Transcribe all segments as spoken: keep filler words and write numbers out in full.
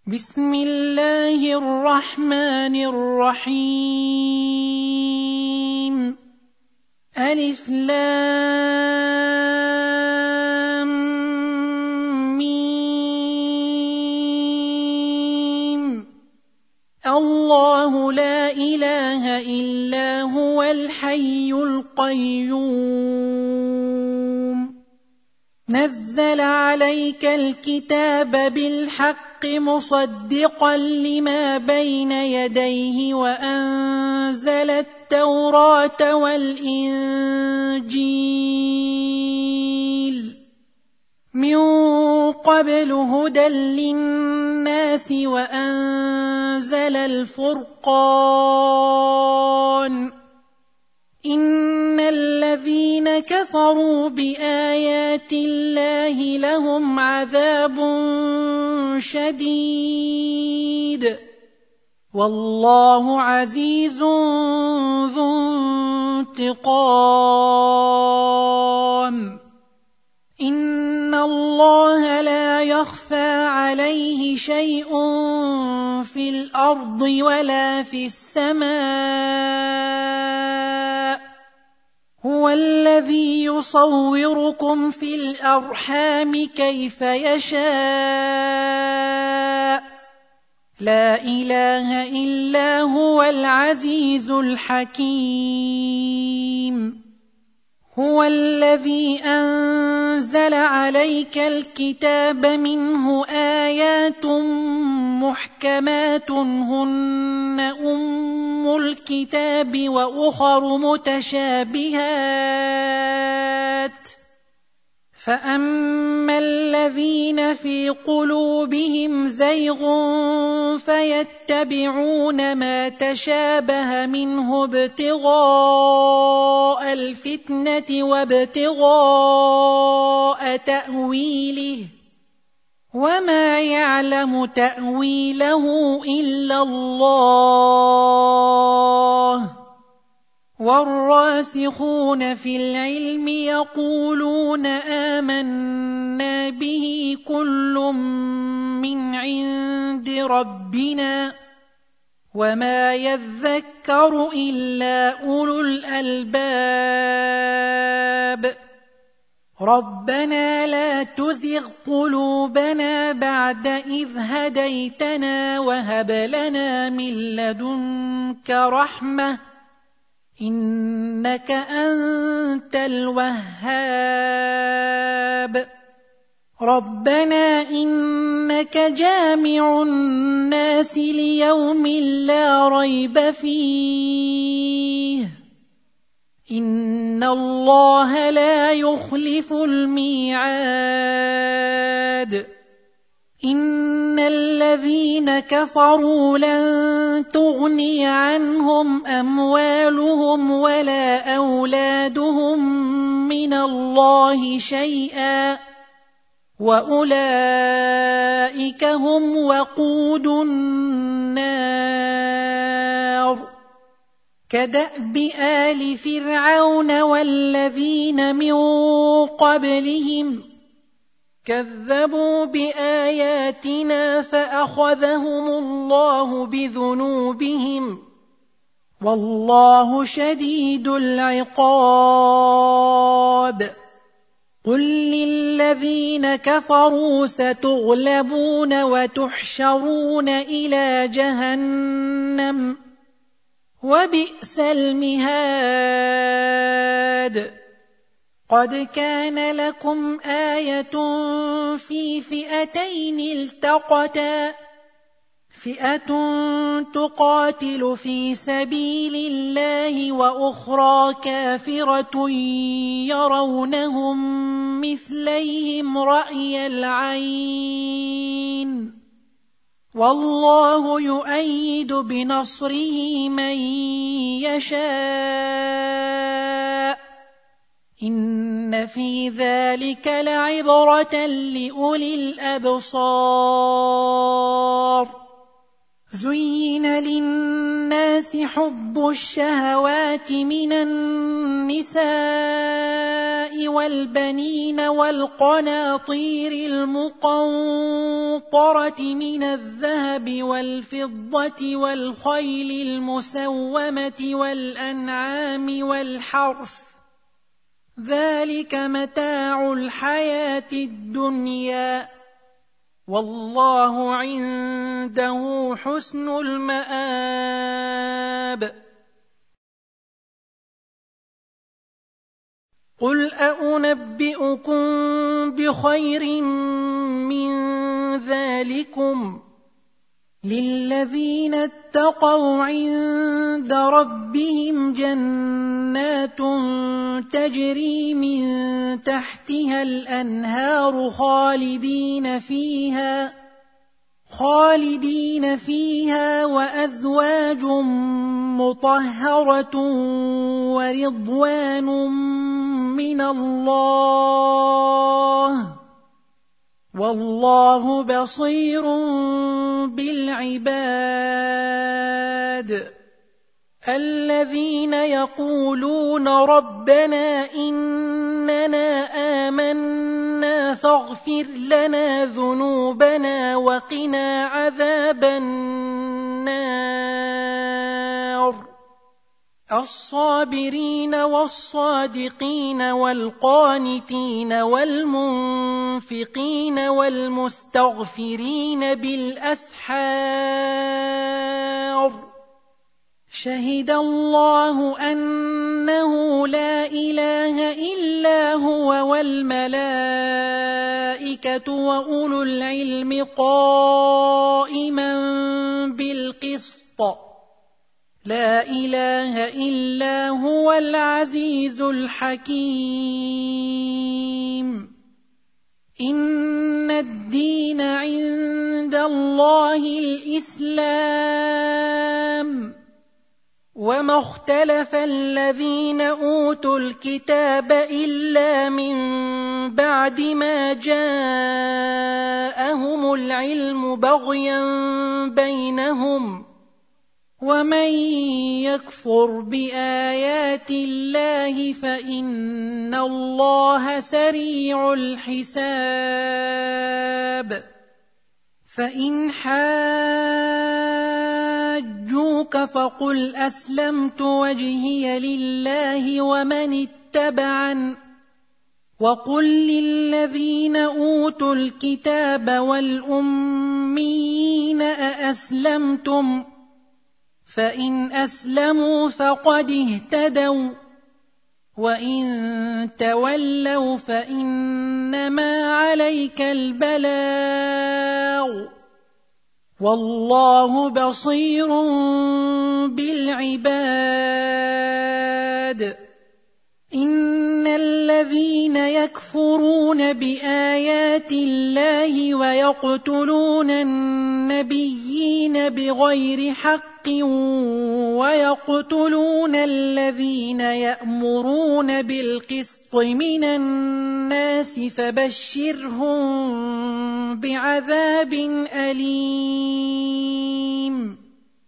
بسم الله الرحمن الرحيم. ألف لام ميم. الله لا إله إلا هو الحي القيوم. نزل عليك الكتاب بالحق مصدقا لما بين يديه وأنزل التوراة والإنجيل من قبل هدى للناس وأنزل الفرقان. إن الذين كفروا بآيات الله لهم عذاب شديد والله عزيز ذو انتقام. إن الله لا يخفى عليه شيء في الأرض ولا في السماء. هو الذي يصوركم في الأرحام كيف يشاء. لا إله إلا هو العزيز الحكيم. هو الذي أنزل عليك الكتاب منه آيات محكمات هن أم الكتاب وأخر متشابهات. فأما الذين في قلوبهم زيغ فيتبعون ما تشابه منه ابتغاء الفتنة وابتغاء تأويله وما يعلم تأويله إلا الله. والراسخون في العلم يقولون آمنا به كل من عند ربنا وما يذكر إلا أولو الألباب. ربنا لا تزغ قلوبنا بعد إذ هديتنا وهب لنا من لدنك رحمة إنك أنت الوهاب. ربنا إنك جامع الناس ليوم لا ريب فيه إن الله لا يخلف الميعاد. إن الذين كفروا لن تغني عنهم أموالهم ولا أولادهم من الله شيئا وأولئك هم وقود النار. كدأب آل فرعون والذين من قبلهم كذبوا بآياتنا فأخذهم الله بذنوبهم والله شديد العقاب. قل للذين كفروا ستغلبون وتحشرون إلى جهنم وبئس المهاد. قد كان لكم آية في فئتين التقتا فئة تقاتل في سبيل الله وأخرى كافرة يرونهم مثليهم رأي العين والله يؤيد بنصره من يشاء. إن في ذلك لعبرة لأولي الأبصار. زين للناس الناس حب الشهوات من النساء والبنين والقناطير المقنطرة من الذهب والفضة والخيل المسومة والأنعام والحرث ذلك متاع الحياة الدنيا والله عنده حسن المآب. قل أأنبئكم بخير من ذلكم للذين اتقوا عند ربهم جنات تجري من تحتها الأنهار خالدين فيها خالدين فيها وأزواج مطهرة ورضوان من الله والله بصير بالعباد. الذين يقولون ربنا إننا آمنا فاغفر لنا ذنوبنا وقنا عذاب النار الصابرين والصادقين والقانتين والمنفقين والمستغفرين بالأسحار شهد الله أنه لا إله إلا هو والملائكة وأولو العلم قائما بالقسط لا إله إلا هو العزيز الحكيم. إن الدين عند الله الإسلام وما اختلف الذين أوتوا الكتاب إلا من بعد ما جاءهم العلم بغيا بينهم ومن يكفر بآيات الله فإن الله سريع الحساب. فإن حاجوك فقل أسلمت وجهي لله ومن اتبعن وقل للذين أوتوا الكتاب والأميين أأسلمتم فإن أسلموا فقد اهتدوا وإن تولوا فإنما عليك البلاغ والله بصير بالعباد. إن الذين يكفرون بآيات الله ويقتلون النبيين بغير حق ويقتلون الذين يأمرون بالقسط من الناس فبشرهم بعذاب أليم.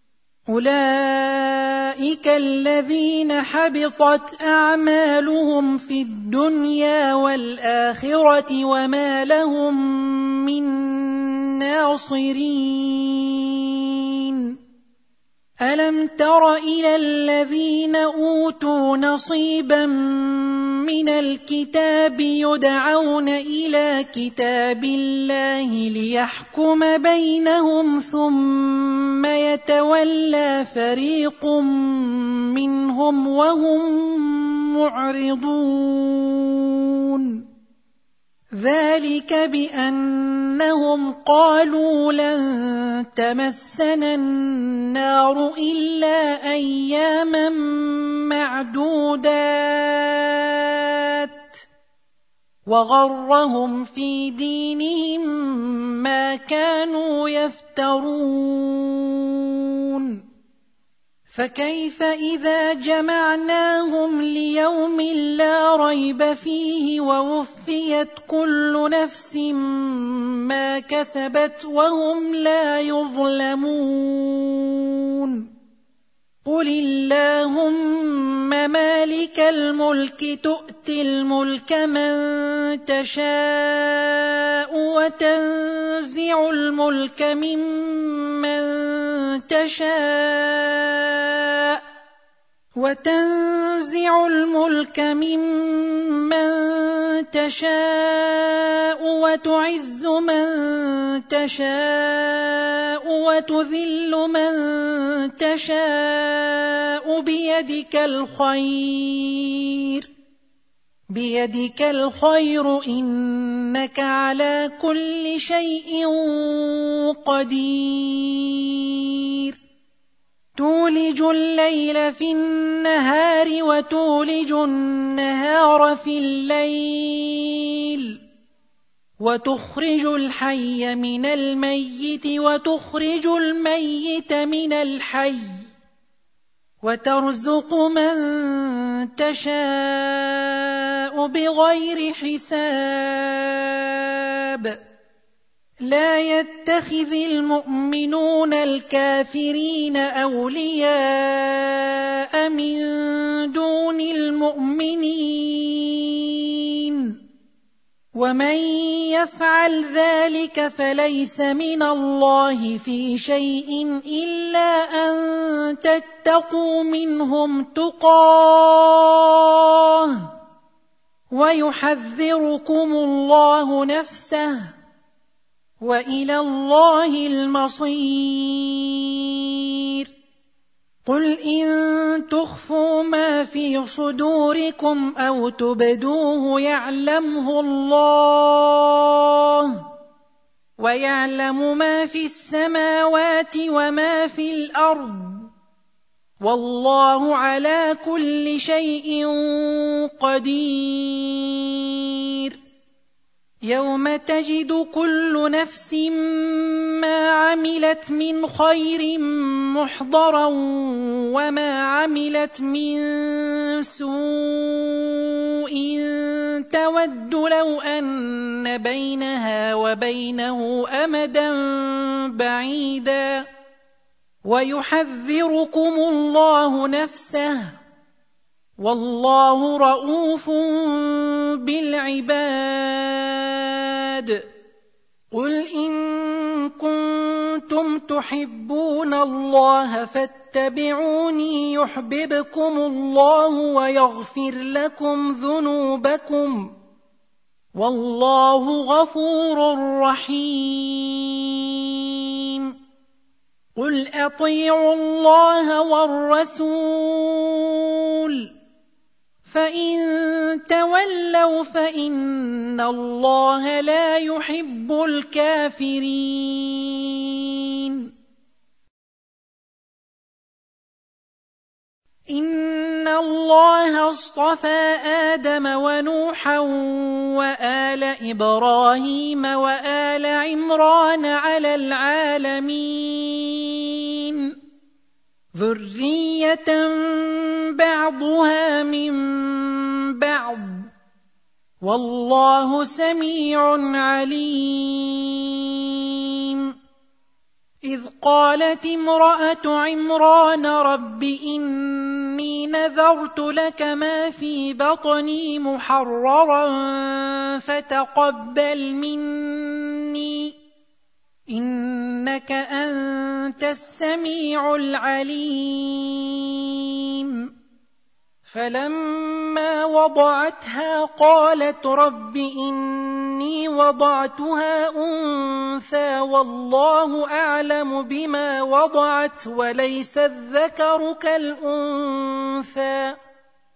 أولئك الذين حبطت أعمالهم في الدنيا والآخرة وما لهم من ناصرين. ألم تر إلى الذين أوتوا نصيبا من الكتاب يدعون إلى كتاب الله ليحكم بينهم ثم يتولى فريق منهم وهم معرضون. ذلك بأنهم قالوا لن تمسنا النار إلا أياما معدودات وغرهم في دينهم ما كانوا يفترون. فكيف إذا جمعناهم ليوم لا ريب فيه ووفيت كل نفس ما كسبت وهم لا يظلمون. قل اللهم مالك الملك تؤتي الملك من تشاء وتنزع الملك ممن تشاء وتنزع الملك ممن تشاء وتعز من تشاء وتذل من تشاء بيدك الخير بيدك الخير إنك على كل شيء قدير تولج الليل في النهار وتولج النهار في الليل وتخرج الحي من الميت وتخرج الميت من الحي وترزق من تشاء بغير حساب لا يتخذ المؤمنون الكافرين أولياء من دون المؤمنين ومن يفعل ذلك فليس من الله في شيء إلا أن تتقوا منهم تقاه ويحذركم الله نفسه وإلى الله المصير قل إن تخفوا ما في صدوركم أو تبدوه يعلمه الله ويعلم ما في السماوات وما في الأرض والله على كل شيء قدير يوم تجد كل نفس ما عملت من خير محضرا وما عملت من سوء تود لو أن بينها وبينه أمدا بعيدا ويحذركم الله نفسه والله رءوف بالعباد قل إن كنتم تحبون الله فاتبعوني يحببكم الله ويغفر لكم ذنوبكم والله غفور رحيم قل أطيعوا الله والرسول فإن تولوا فإن الله لا يحب الكافرين إن الله اصطفى آدم ونوحا وآل إبراهيم وآل عمران على العالمين ذرية بعضها من بعض والله سميع عليم إذ قالت امرأة عمران رب إني نذرت لك ما في بطني محررا فتقبل مني إنك أنت السميع العليم فلما وضعتها قالت رب إني وضعتها أنثى والله أعلم بما وضعت وليس الذكر كالأنثى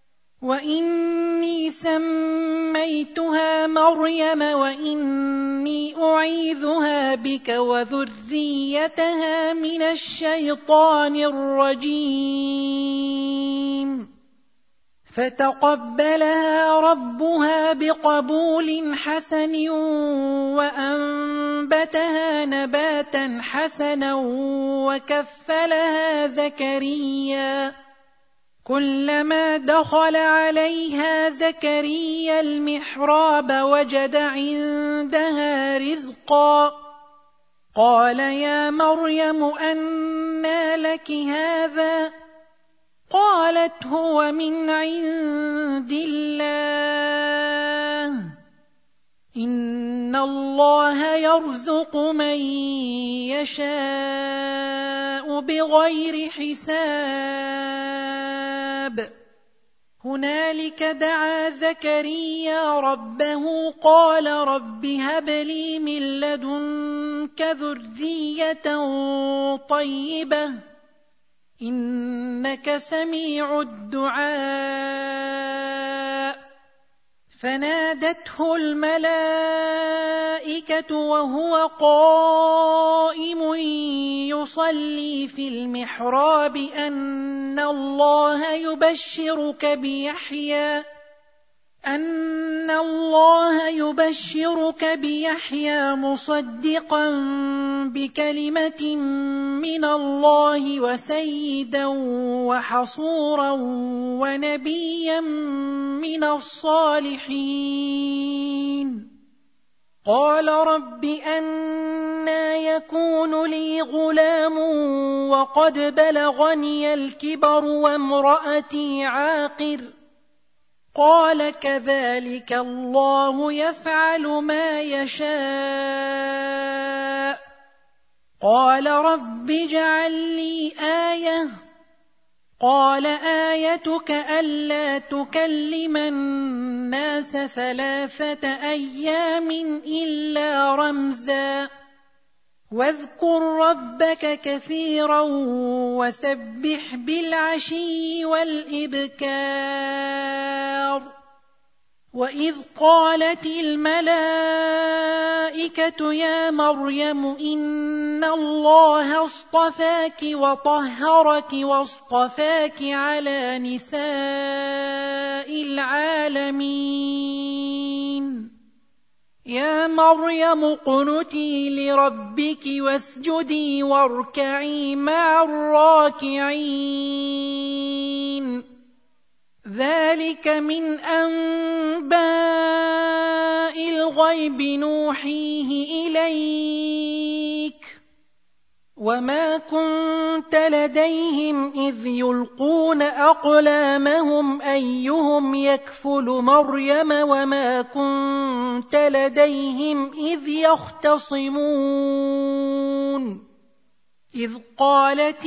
وإني سميتها مريم وإني أعيذها بك وذريتها من الشيطان الرجيم فتقبلها ربها بقبول حسن وأنبتها نباتا حسنا وكفلها زكريا كلما دخل عليها زكريا المحراب وجد عندها رزقا قال يا مريم أنى لك هذا قالت هو من عند الله إن الله يرزق من يشاء بغير حساب. هنالك دعا زكريا ربه قال رب هب لي من لدنك ذرية طيبة إنك سميع الدعاء. فنادته الملائكة وهو قائم يصلي في المحراب أن الله يبشرك بيحيى أن الله يبشرك بيحيى مصدقا بكلمة من الله وسيدا وحصورا ونبيا من الصالحين. قال رب أنى يكون لي غلام وقد بلغني الكبر وامرأتي عاقر. قال كذلك الله يفعل ما يشاء. قال رب اجعل لي آية. قال آيتك ألا تكلم الناس ثلاثة أيام إلا رمزا واذكر ربك كثيرا وسبح بالعشي والإبكار. وإذ قالت الملائكة يا مريم إن الله اصطفاك وطهرك واصطفاك على نساء العالمين. يا مريم اقنتي لربك واسجدي واركعي مع الراكعين. ذلك من أنباء الغيب نوحيه إليك وما كنت لديهم إذ يلقون أقلامهم أيهم يكفل مريم وما كنت لديهم إذ يختصمون. إذ قالت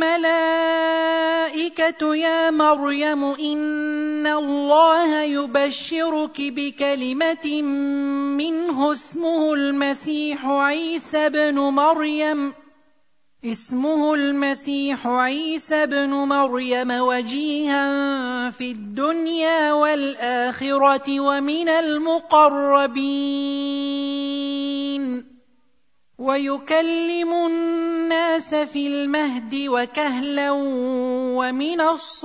الملائكة يا مريم إن الله يبشرك بكلمة منه اسمه المسيح عيسى بن مريم اسمه المسيح عيسى بن مريم وجيها في الدنيا والآخرة ومن المقربين ويكلم الناس في المهد وكهلا ومن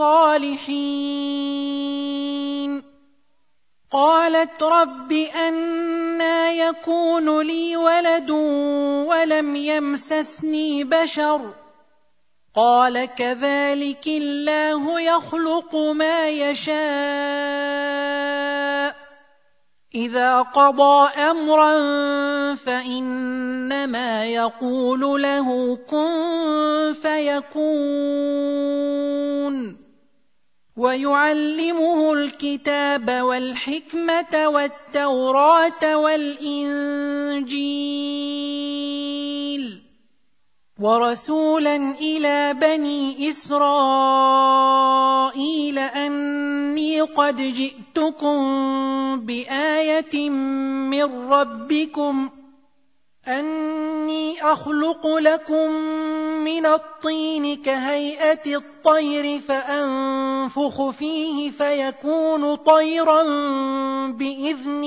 الصالحين. قالت رب أنى يكون لي ولد ولم يمسسني بشر. قال كذلك الله يخلق ما يشاء إذا قضى أمرا فإنما يقول له كن فيكون. ويعلمه الكتاب والحكمة والتوراة والإنجيل ورسولا إلى بني إسرائيل أني قد جئتكم بآية من ربكم أني أخلق لكم من الطين كهيئة الطير فأنفخ فيه فيكون طيرا بإذن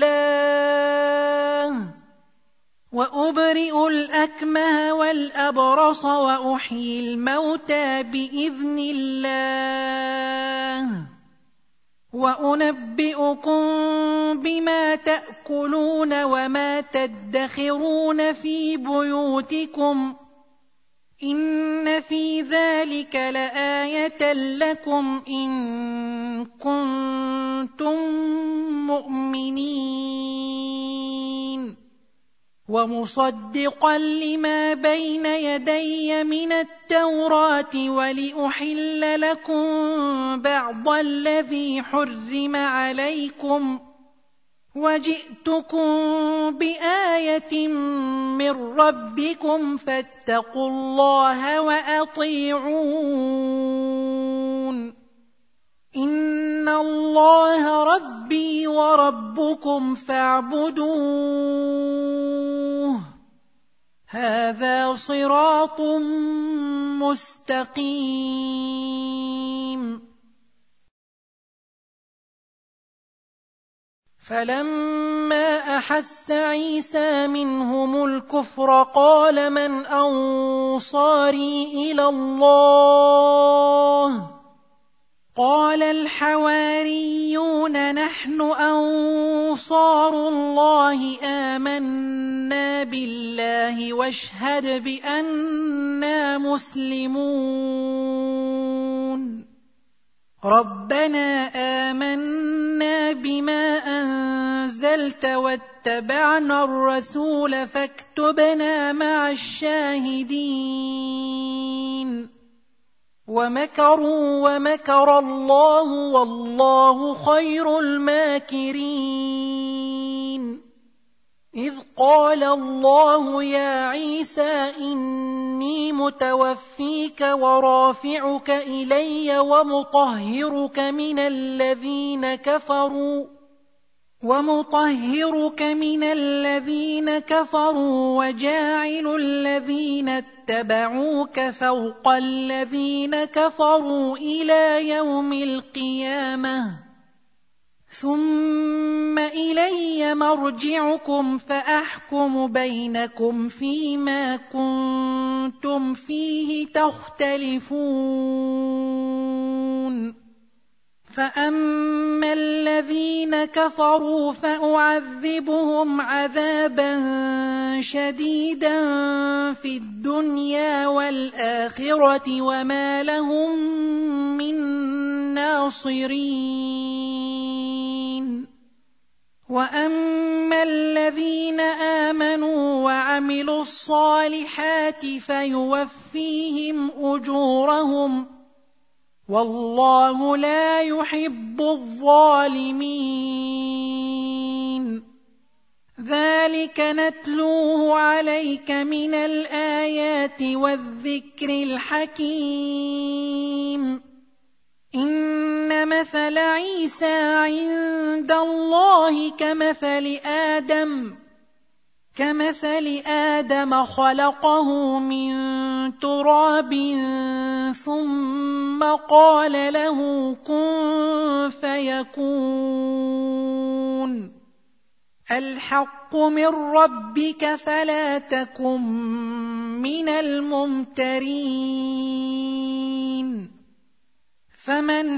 الله وأبرئ الأكمه والأبرص وأحيي الموتى بإذن الله وأنبئكم بما تأكلون وما تدخرون في بيوتكم إن في ذلك لآية لكم إن كنتم مؤمنين. ومصدقا لما بين يدي من التوراة ولأحل لكم بعض الذي حرم عليكم وجئتكم بآية من ربكم فاتقوا الله وأطيعون إن الله ربي وربكم فاعبدوه هذا صراط مستقيم. فلما أحس عيسى منهم الكفر قال من أنصاري إلى الله قال الحواريون نحن أنصار الله آمنا بالله واشهد بأننا مسلمون ربنا آمنا بما أنزلت واتبعنا الرسول فاكتبنا مع الشاهدين ومكروا ومكر الله والله خير الماكرين. إذ قال الله يا عيسى إني متوفيك ورافعك إلي ومطهرك من الذين كفروا ومطهرك من الذين كفروا وجاعل الذين اتبعوك فوق الذين كفروا إلى يوم القيامة ثم إلي مرجعكم فأحكم بينكم فيما كنتم فيه تختلفون. فأما الذين كفروا فأعذبهم عذابا شديدا في الدنيا والآخرة وما لهم من ناصرين. وأما الذين آمنوا وعملوا الصالحات فيوفيهم أجورهم والله لا يحب الظالمين. ذلك نتلوه عليك من الآيات والذكر الحكيم. إن مثل عيسى عند الله كمثل آدم كمثل آدم خلقه من تراب ثم قال له كن فيكون. الحق من ربك فلا تكن من الممترين. فمن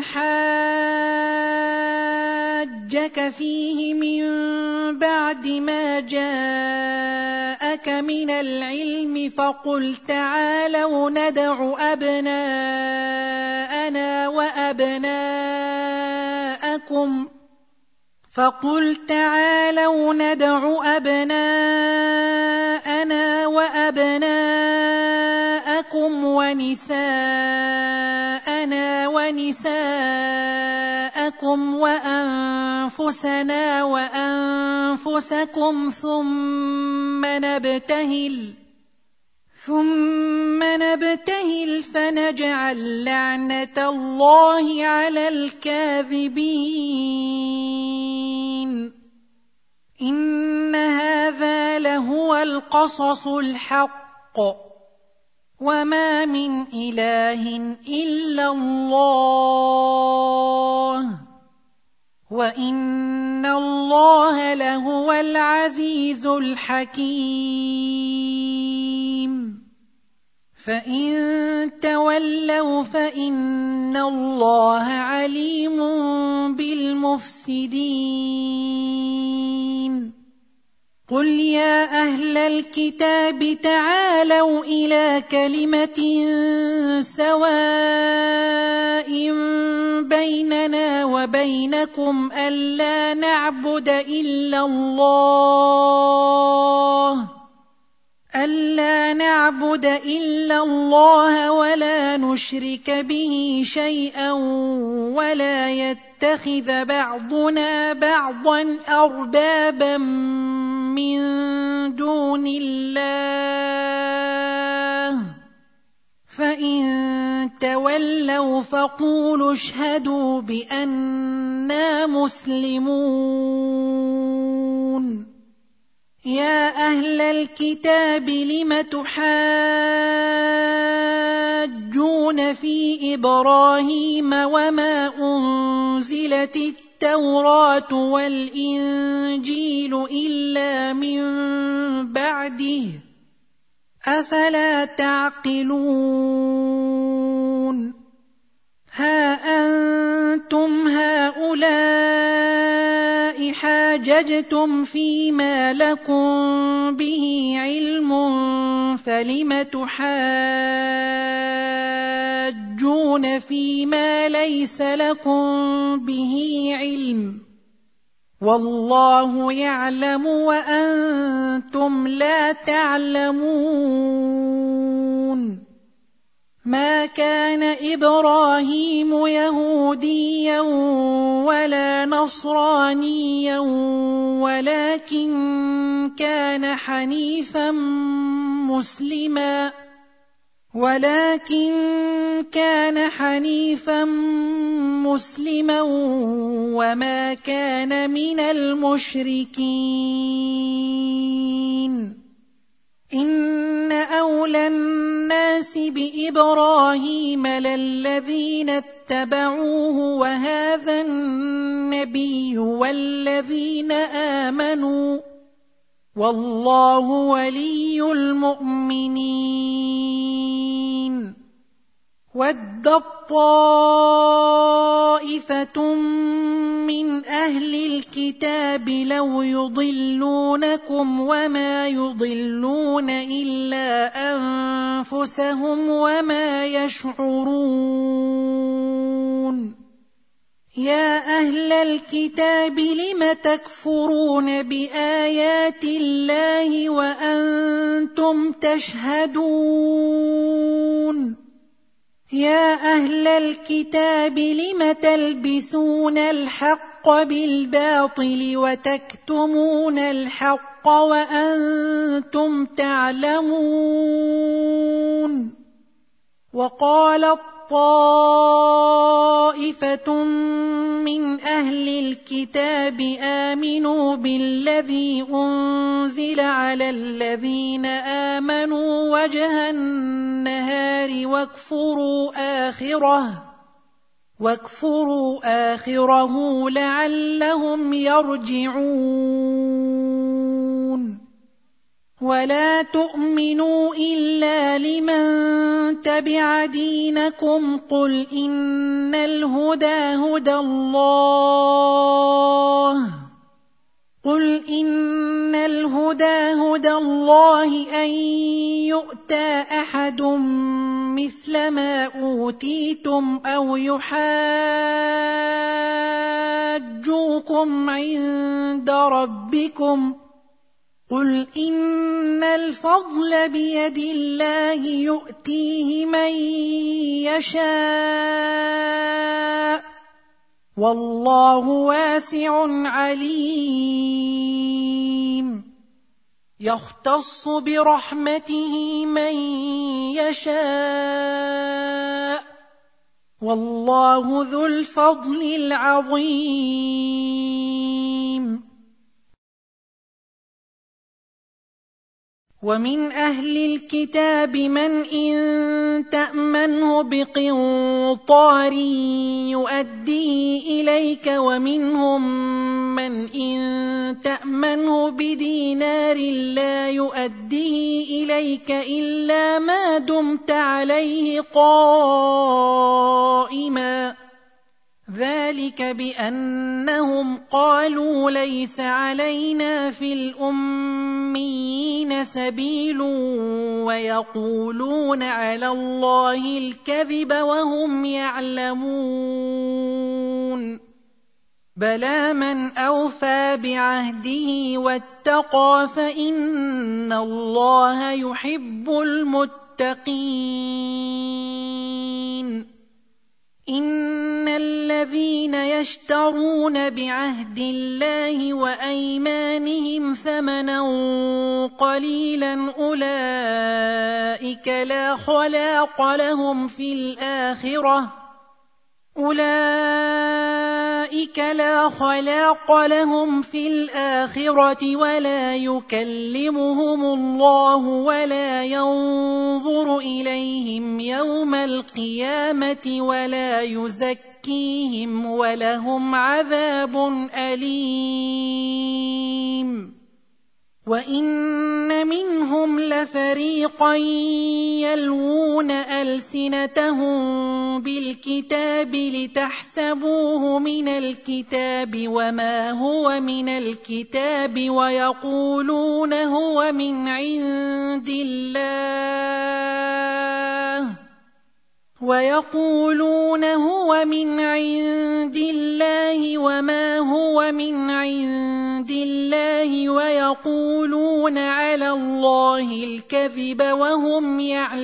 حاجك فيه من بعد ما جاءك من العلم فقل تعالوا ندع أبناءنا وأبناءكم فقل تعالوا ندع أبناءنا وأبناءكم ونساءنا ونساءكم وأنفسنا وأنفسكم ثم نبتهل ثم نبتهل فنجعل لعنة الله على الكاذبين. إن هذا لهو القصص الحق وما من إله إلا الله وإن الله لهو العزيز الحكيم. فإن تولوا فإن الله عليم بالمفسدين. قل يا أهل الكتاب تعالوا إلى كلمة سواء بيننا وبينكم ألا نعبد إلا الله ألا نعبد إلا الله ولا نشرك به شيئا ولا يتخذ بعضنا بعضا أربابا من دون الله فإن تولوا فقولوا اشهدوا بأننا مسلمون. يا أهل الكتاب لم تحاجون في إبراهيم وما أنزلت التوراة والإنجيل إلا من بعده أفلا تعقلون. ها أنتم هؤلاء حاججتم فيما لكم به علم فلم تحاجون فيما ليس لكم به علم والله يعلم وأنتم لا تعلمون. ما كان إبراهيم يهوديا ولا نصرانيا ولكن كان حنيفا مسلما ولكن كان حنيفا مسلما وما كان من المشركين. إن أولى الناس بإبراهيم للذين اتبعوه وهذا النبي والذين آمنوا والله ولي المؤمنين. ودت طائفة من أهل الكتاب لو يضلونكم وما يضلون إلا أنفسهم وما يشعرون. يا أهل الكتاب لم تكفرون بآيات الله وأنتم تشهدون. يا أهل الكتاب لم تلبسون الحق بالباطل وتكتمون الحق وأنتم تعلمون. وقالت طائفة من أهل الكتاب آمنوا بالذي أنزل على الذين آمنوا وجه النهار واكفروا آخره واكفروا آخره لعلهم يرجعون. ولا تؤمنوا إلا لمن تبع دينكم قل إن الهدى هدى الله قل إن الهدى هدى الله أن يؤتى أحد مثل ما أوتيتم أو يحاجوكم عند ربكم قل إن الفضل بيد الله يؤتيه من يشاء والله واسع عليم. يختص برحمته من يشاء والله ذو الفضل العظيم. ومن أهل الكتاب من إن تأمنه بقنطار يؤديه إليك ومنهم من إن تأمنه بدينار لا يؤديه إليك إلا ما دمت عليه قائما ذلك بأنهم قالوا ليس علينا في الأميين سبيل ويقولون على الله الكذب وهم يعلمون. بلى من أوفى بعهده واتقى فإن الله يحب المتقين. إن الذين يشترون بعهد الله وأيمانهم ثمنا قليلا أولئك لا خلاق لهم في الآخرة أولئك لا خلاق لهم في الآخرة ولا يكلمهم الله ولا ينظر إليهم يوم القيامة ولا يزكيهم ولهم عذاب أليم. وإن منهم لفريقا يلوون ألسنتهم بالكتاب لتحسبوه من الكتاب وما هو من الكتاب ويقولون هو من عند الله ويقولون هو من عند الله وما هو من عند الله ويقولون على الله الكذب وهم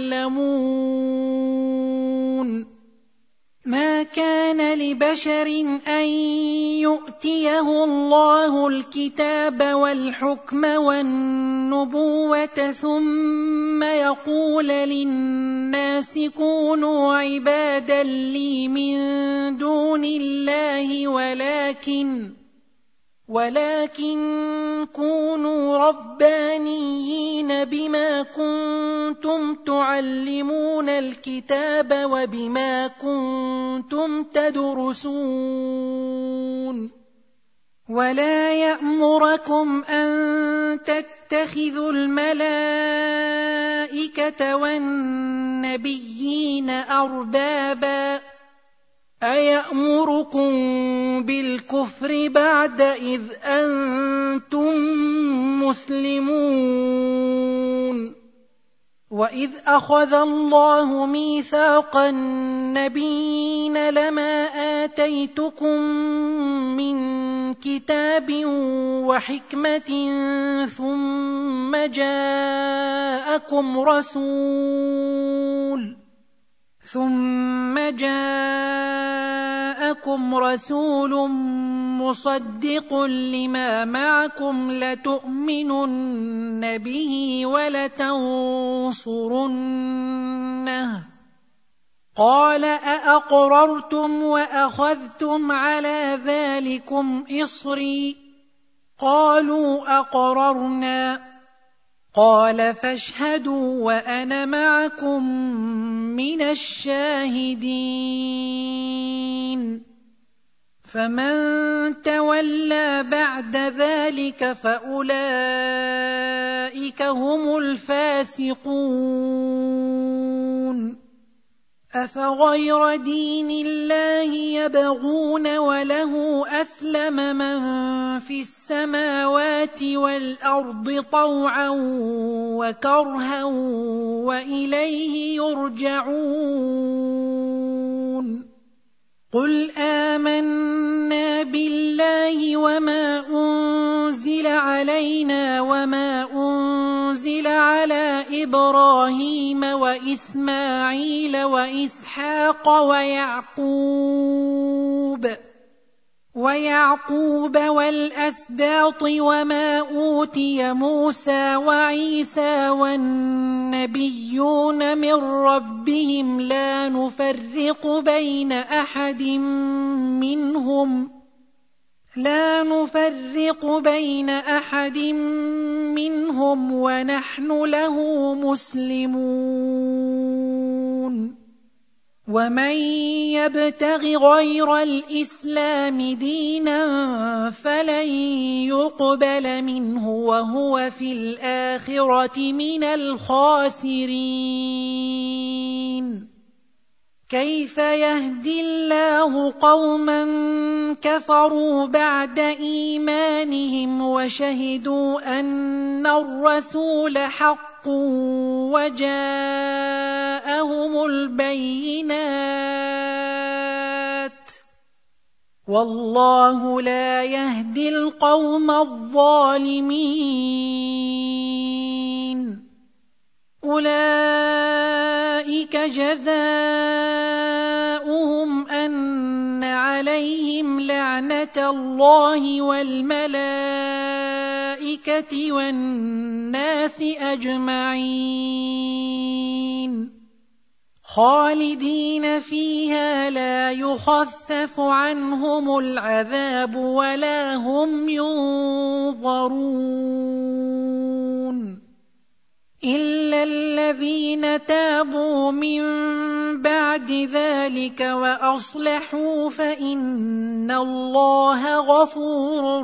يعلمون. ما كان لبشر أن يؤتيه الله الكتاب والحكم والنبوة ثم يقول للناس كونوا عبادا لي من دون الله ولكن ولكن كونوا ربانيين بما كنتم تعلمون الكتاب وبما كنتم تدرسون. ولا يأمركم أن تتخذوا الملائكة والنبيين أربابا أيأمركم بالكفر بعد إذ أنتم مسلمون. وإذ أخذ الله ميثاق النبيين لما آتيتكم من كتاب وحكمة ثم جاءكم رسول ثم جاءكم رسول مصدق لما معكم لتؤمنن به ولتنصرنه قال أأقررتم وأخذتم على ذلكم إصري قالوا أقررنا قال فاشهدوا وأنا معكم من الشاهدين. فمن تولى بعد ذلك فأولئك هم الفاسقون. أفغير دين الله يبغون وله أسلم من في السماوات والأرض طوعا وكرها وإليه يرجعون. قل آمنا بالله وما أنزل علينا وما أنزل على إبراهيم وإسماعيل وإسحاق ويعقوب ويعقوب والأسباط وما أوتي موسى وعيسى والنبيون من ربهم لا نفرق بين أحد منهم لا نفرق بين أحد منهم ونحن له مسلمون. ومن يبتغ غير الإسلام دينا فلن يقبل منه وهو في الآخرة من الخاسرين. كيف يهدي الله قوما كفروا بعد إيمانهم وشهدوا أن الرسول حق وجاءهم البينات والله لا يهدي القوم الظالمين. أولئك جزاؤهم أن عليهم لعنة الله والملائكة والناس أجمعين خالدين فيها لا يخفف عنهم العذاب ولا هم ينظرون إلا الذين تابوا من بعد ذلك وأصلحوا فإن الله غفور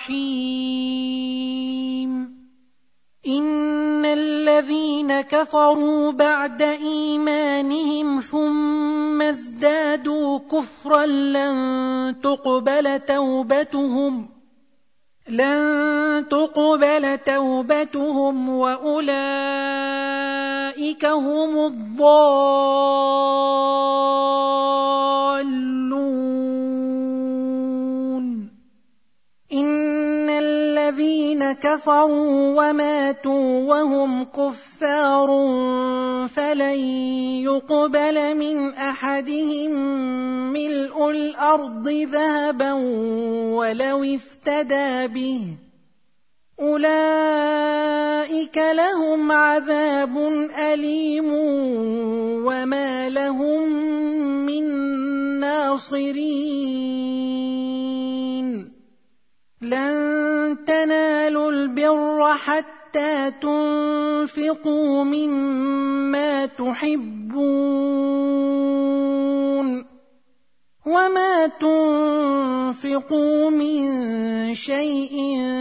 رحيم. إن الذين كفروا بعد إيمانهم ثم ازدادوا كفرا لن تقبل توبتهم لن تقبل توبتهم وأولئك هم الضالون. إن الذين كفروا وماتوا وهم كفار فلن يقبل من أحدهم ملء الأرض ذهبا ولو افتدى به أولئك لهم عذاب أليم وما لهم من ناصرين. لن تنالوا البر حتى تنفقوا مما تحبون وما تنفقوا من شيء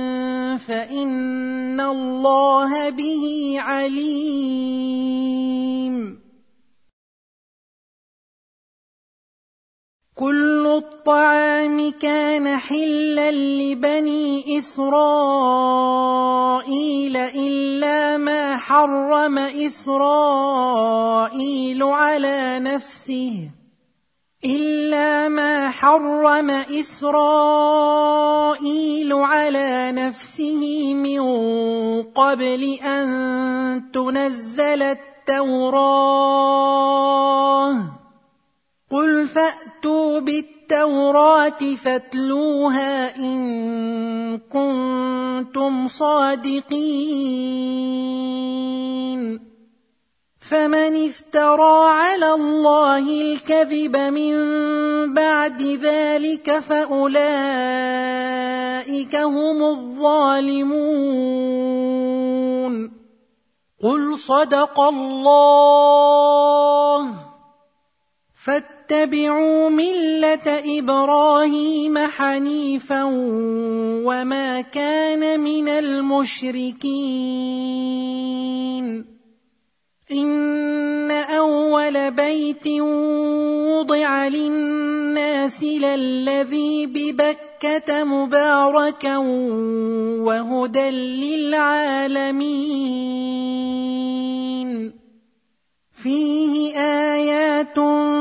فإن الله به عليم. كل الطعام كان حلا لبني إسرائيل إلا ما حرم إسرائيل على نفسه إلا ما حرم إسرائيل على نفسه من قبل أن تنزل التوراة. قل فأتوا بالتوراة فاتلوها إن كنتم صادقين. فمن افترى على الله الكذب من بعد ذلك فأولئك هم الظالمون. قل صدق الله فاتبعوا ملة إبراهيم حنيفا وما كان من المشركين. إن أول بيت وضع للناس للذي ببكة مباركا وهدى للعالمين. فيه آيات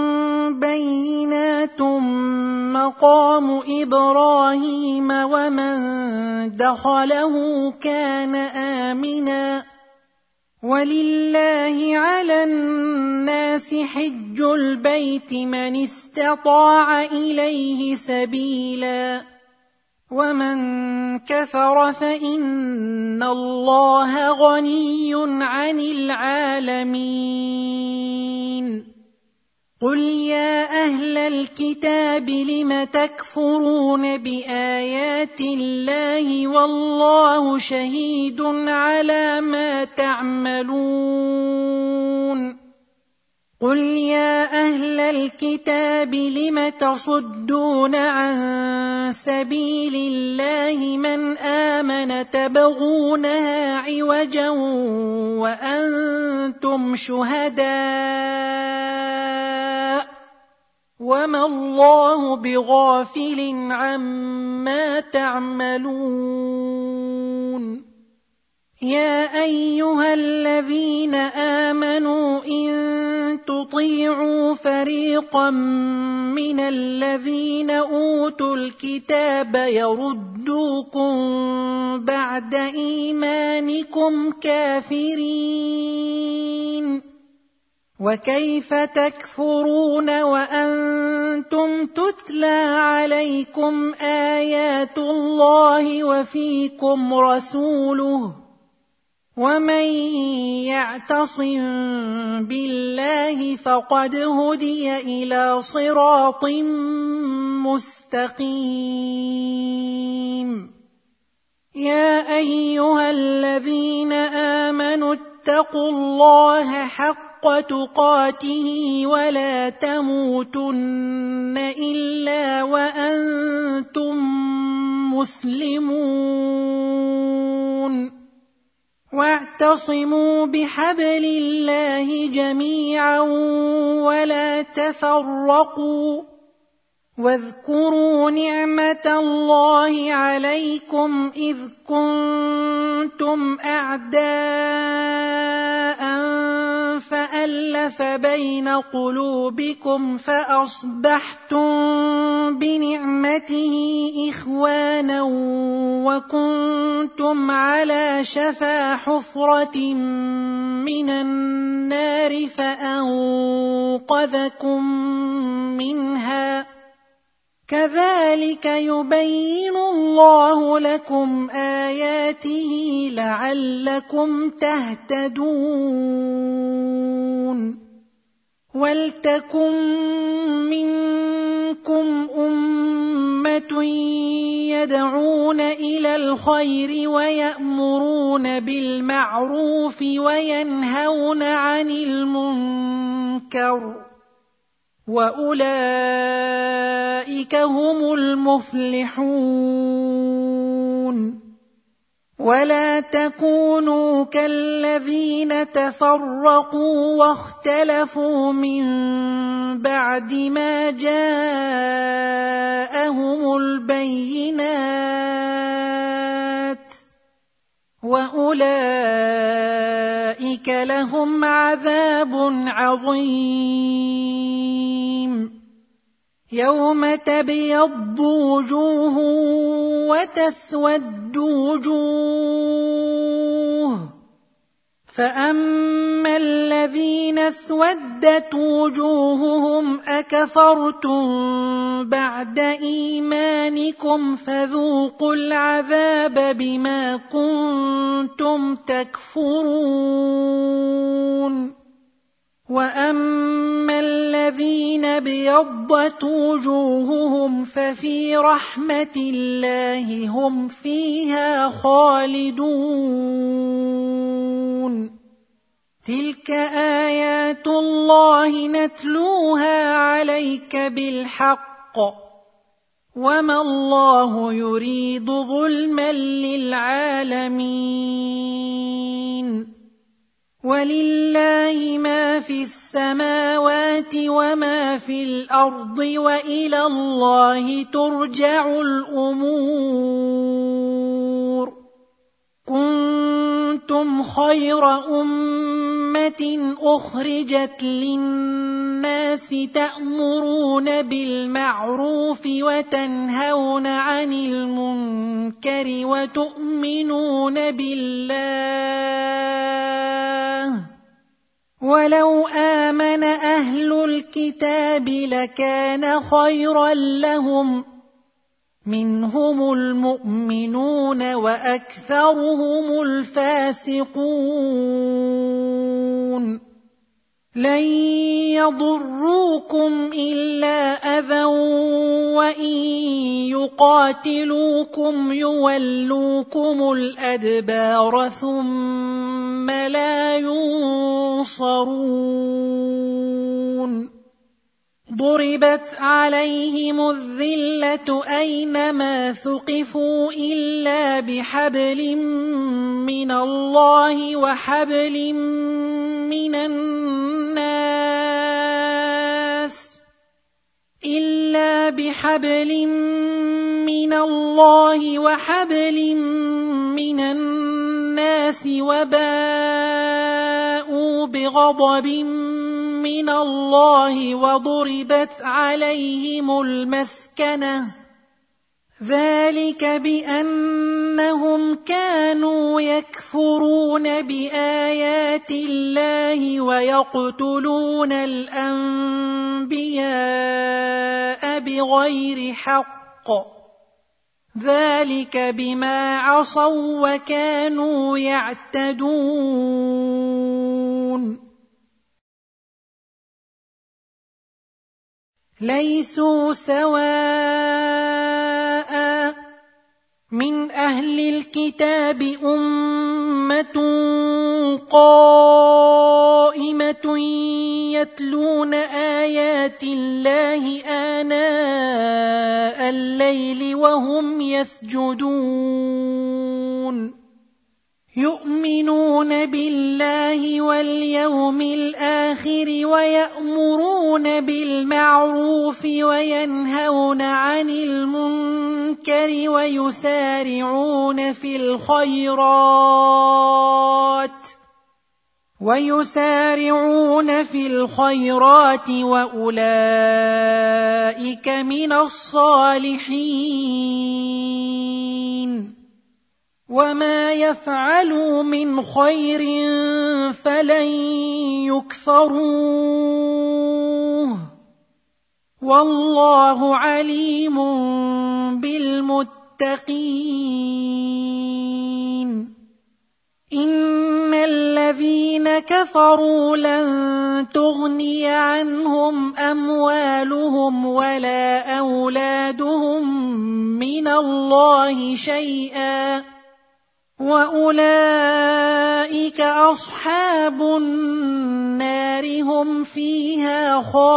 بينات مقام إبراهيم ومن دخله كان آمنا ولله على الناس حج البيت من استطاع إليه سبيلا ومن كفر فإن الله غني عن العالمين. قل يا أهل الكتاب لم تكفرون بآيات الله والله شهيد على ما تعملون. قل يا أهل الكتاب لم تصدون عن سبيل الله من آمن تبغونها عوجا وأنتم شهداء وما الله بغافل عما تعملون. يا أيها الذين آمنوا إن تطيعوا تطيعوا فريقا من الذين أوتوا الكتاب يردوكم بعد إيمانكم كافرين. وكيف تكفرون وأنتم تتلى عليكم آيات الله وفيكم رسوله؟ ومن يعتصم بالله فقد هدي إلى صراط مستقيم. يا أيها الذين آمنوا اتقوا الله حق تقاته ولا تموتن إلا وأنتم مسلمون. واعتصموا بحبل الله جميعا ولا تفرقوا. واذكروا نعمة الله عليكم إذ كنتم أعداء فألف بين قلوبكم فأصبحتم بنعمته إخوانا وكنتم على شفا حفرة من النار فأنقذكم منها. كذلك يبين الله لكم آياته لعلكم تهتدون. ولتكن منكم أمة يدعون إلى الخير ويأمرون بالمعروف وينهون عن المنكر وأولئك هم المفلحون. ولا تكونوا كالذين تفرقوا واختلفوا من بعد ما جاءهم البينات وأولئك لهم عذاب عظيم. يوم تبيض وجوه وتسود وجوه فأما الذين اسودت وجوههم أكفرتم بعد إيمانكم فذوقوا العذاب بما كنتم تكفرون. وأما الذين ابيضت وجوههم ففي رحمة الله هم فيها خالدون. تلك آيات الله نتلوها عليك بالحق وما الله يريد ظلما للعالمين. ولله ما في السماوات وما في الأرض وإلى الله ترجع الأمور. كنتم خير أمة أخرجت للناس تأمرون بالمعروف وتنهون عن المنكر وتؤمنون بالله. ولو آمن أهل الكتاب لكان خيرا لهم منهم المؤمنون وأكثرهم الفاسقون. لن يضروكم إلا أذى وإن يقاتلوكم يولوكم الأدبار ثم لا ينصرون. ضربت عليهم الذلة أينما ثقفوا إلا بحبل من الله وحبل من الناس إلا بحبل من الله وحبل من الناس وباءوا بغضب من الله وضربت عليهم المسكنة ذلك بأنهم كانوا يكفرون بآيات الله ويقتلون الأنبياء بغير حق ذلك بما عصوا وكانوا يعتدون ليسوا سواء من أهل الكتاب أمة قائمة يتلون آيات الله آناء الليل وهم يسجدون يؤمنون بالله واليوم الآخر ويأمرون بالمعروف وينهون عن المنكر ويسارعون في الخيرات ويسارعون في الخيرات وأولئك من الصالحين وما يفعلوا من خير فلن يكفروه والله عليم بالمتقين إن الذين كفروا لن تغني عنهم أموالهم ولا أولادهم من الله شيئا وأولئك أصحاب النار هم فيها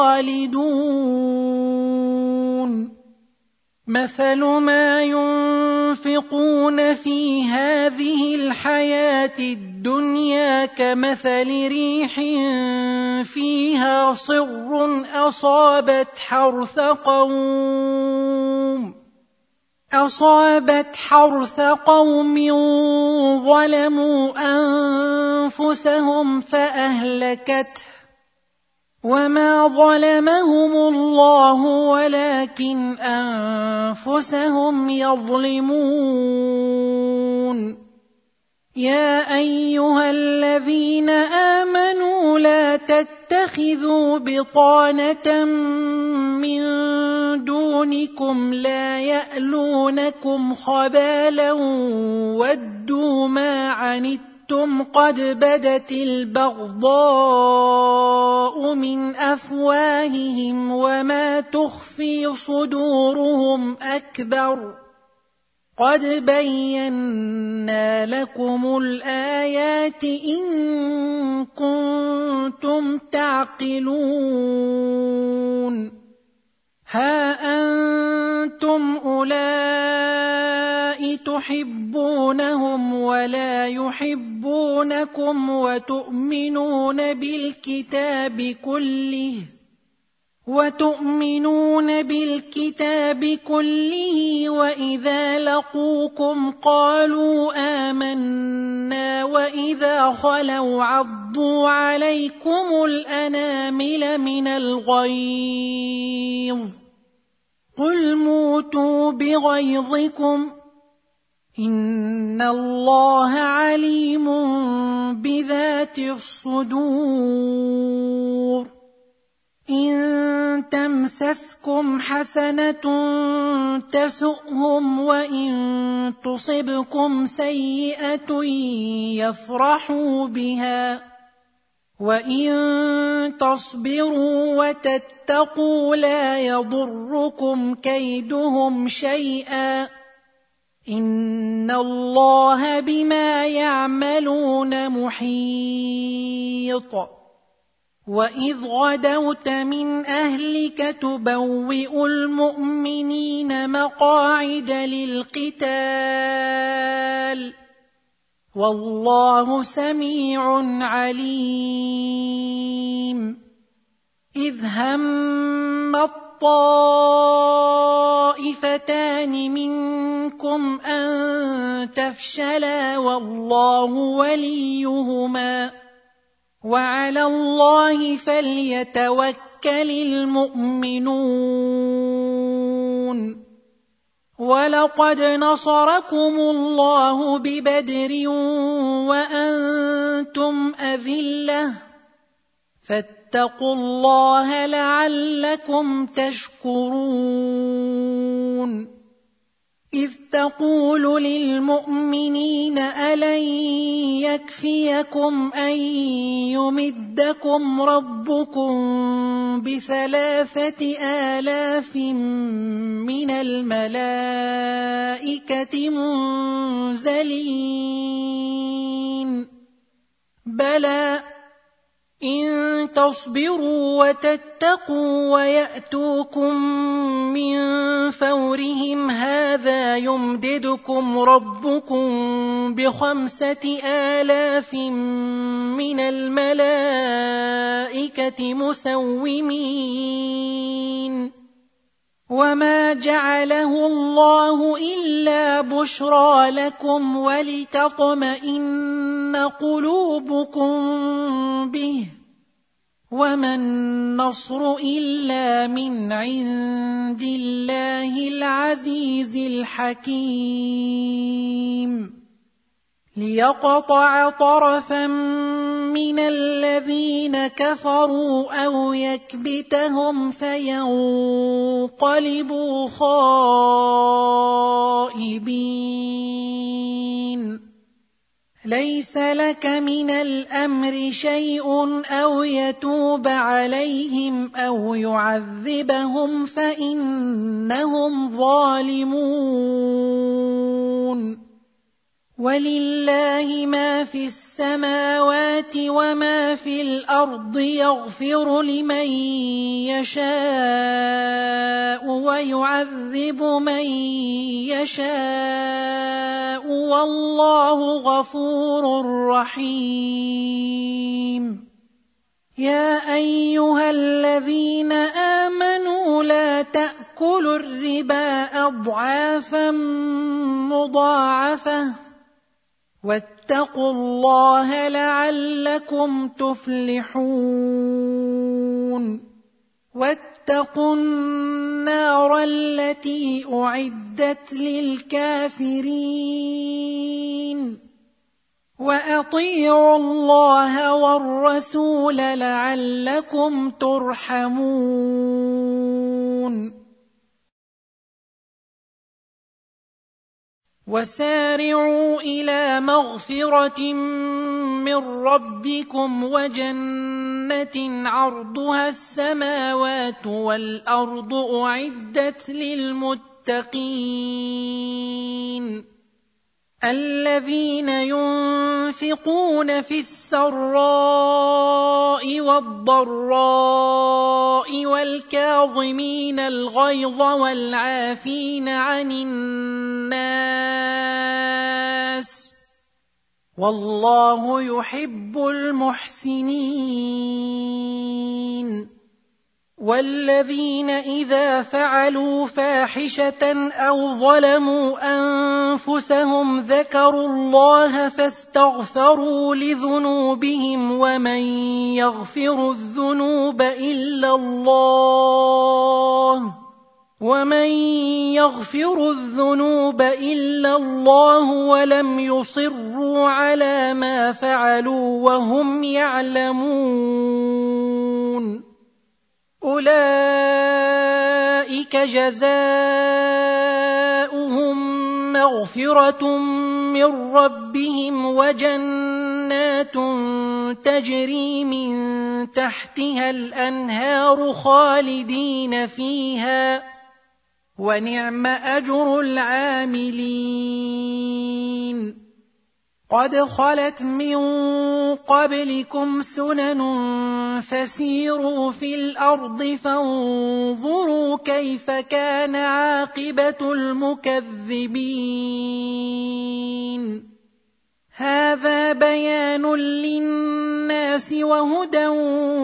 خالدون مثل ما ينفقون في هذه الحياة الدنيا كمثل ريح فيها صر أصابت حرث قوم أصابت حرث قوم ظلموا أنفسهم فأهلكته وما ظلمهم الله ولكن أنفسهم يظلمون يا أيها الذين آمنوا لا تتخذوا بطانة من دونكم لا يألونكم خبالا ودوا ما عنتم قد بدت البغضاء من أفواههم وما تخفي صدورهم أكبر قد بينا لكم الآيات إن كنتم تعقلون ها أنتم أولئك تحبونهم ولا يحبونكم وتؤمنون بالكتاب كله وتؤمنون بالكتاب كله وإذا لقوكم قالوا آمنا وإذا خلوا عضوا عليكم الأنامل من الغيظ قل موتوا بغيظكم إن الله عليم بذات الصدور إن تمسسكم حسنة تسؤهم وإن تصبكم سيئة يفرحوا بها وإن تصبروا وتتقوا لا يضركم كيدهم شيئا إن الله بما يعملون محيط وإذ غدوت من أهلك تبوئ المؤمنين مقاعد للقتال والله سميع عليم إذ هم الطائفتان منكم أن تفشلا والله وليهما وعلى الله فليتوكل المؤمنون ولقد نصركم الله ببدر وأنتم أذلة فاتقوا الله لعلكم تشكرون إذ تقول للمؤمنين ألن يكفيكم أن يمدكم ربكم بثلاثة آلاف من الملائكة منزلين بلى إن تصبروا وتتقوا ويأتوكم من فورهم هذا يمددكم ربكم بخمسة آلاف من الملائكة مسومين وما جعله الله إلا بشرى لكم ولتطمئن قلوبكم به وما النصر إلا من عند الله العزيز الحكيم ليقطع طرفا من الذين كفروا أو يكبتهم فينقلبوا خائبين ليس لك من الأمر شيء أو يتوب عليهم أو يعذبهم فإنهم ظالمون ولله ما في السماوات وما في الأرض يغفر لمن يشاء ويعذب من يشاء والله غفور رحيم يا أيها الذين آمنوا لا تأكلوا الربا أضعافا مضاعفة واتقوا الله لعلكم تفلحون واتقوا النار التي أعدت للكافرين وأطيعوا الله والرسول لعلكم ترحمون وسارعوا إلى مغفرة من ربكم وجنة عرضها السماوات والأرض أعدت للمتقين الذين ينفقون في السراء والضراء والكاظمين الغيظ والعافين عن الناس والله يحب المحسنين والذين إذا فعلوا فاحشة أو ظلموا أنفسهم ذكروا الله فاستغفروا لذنوبهم ومن يغفر الذنوب إلا الله ومن يغفر الذنوب إلا الله ولم يصروا على ما فعلوا وهم يعلمون أولئك جزاؤهم مغفرة من ربهم وجنات تجري من تحتها الأنهار خالدين فيها ونعم أجر العاملين قد خلت من قبلكم سنن فسيروا في الأرض فانظروا كيف كان عاقبة المكذبين هذا بيان للناس وهدى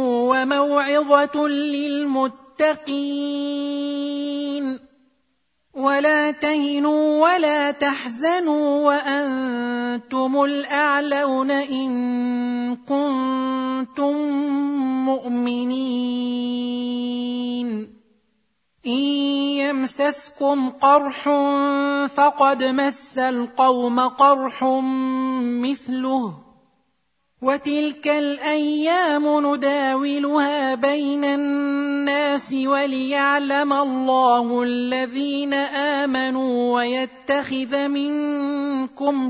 وموعظة للمتقين ولا تهنوا ولا تحزنوا وأنتم الأعلون إن كنتم مؤمنين إن يمسسكم قرح فقد مس القوم قرح مثله وتلك الأيام نداولها بين الناس وليعلم الله الذين آمنوا ويتخذ منكم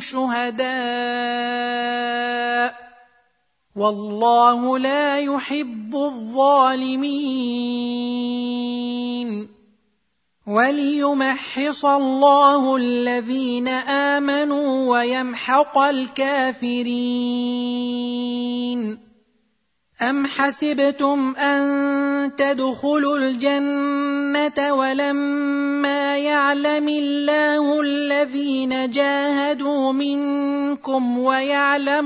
شهداء والله لا يحب الظالمين وليمحص الله الذين آمنوا ويمحق الكافرين أم حسبتم أن تدخلوا الجنة ولما يعلم الله الذين جاهدوا منكم ويعلم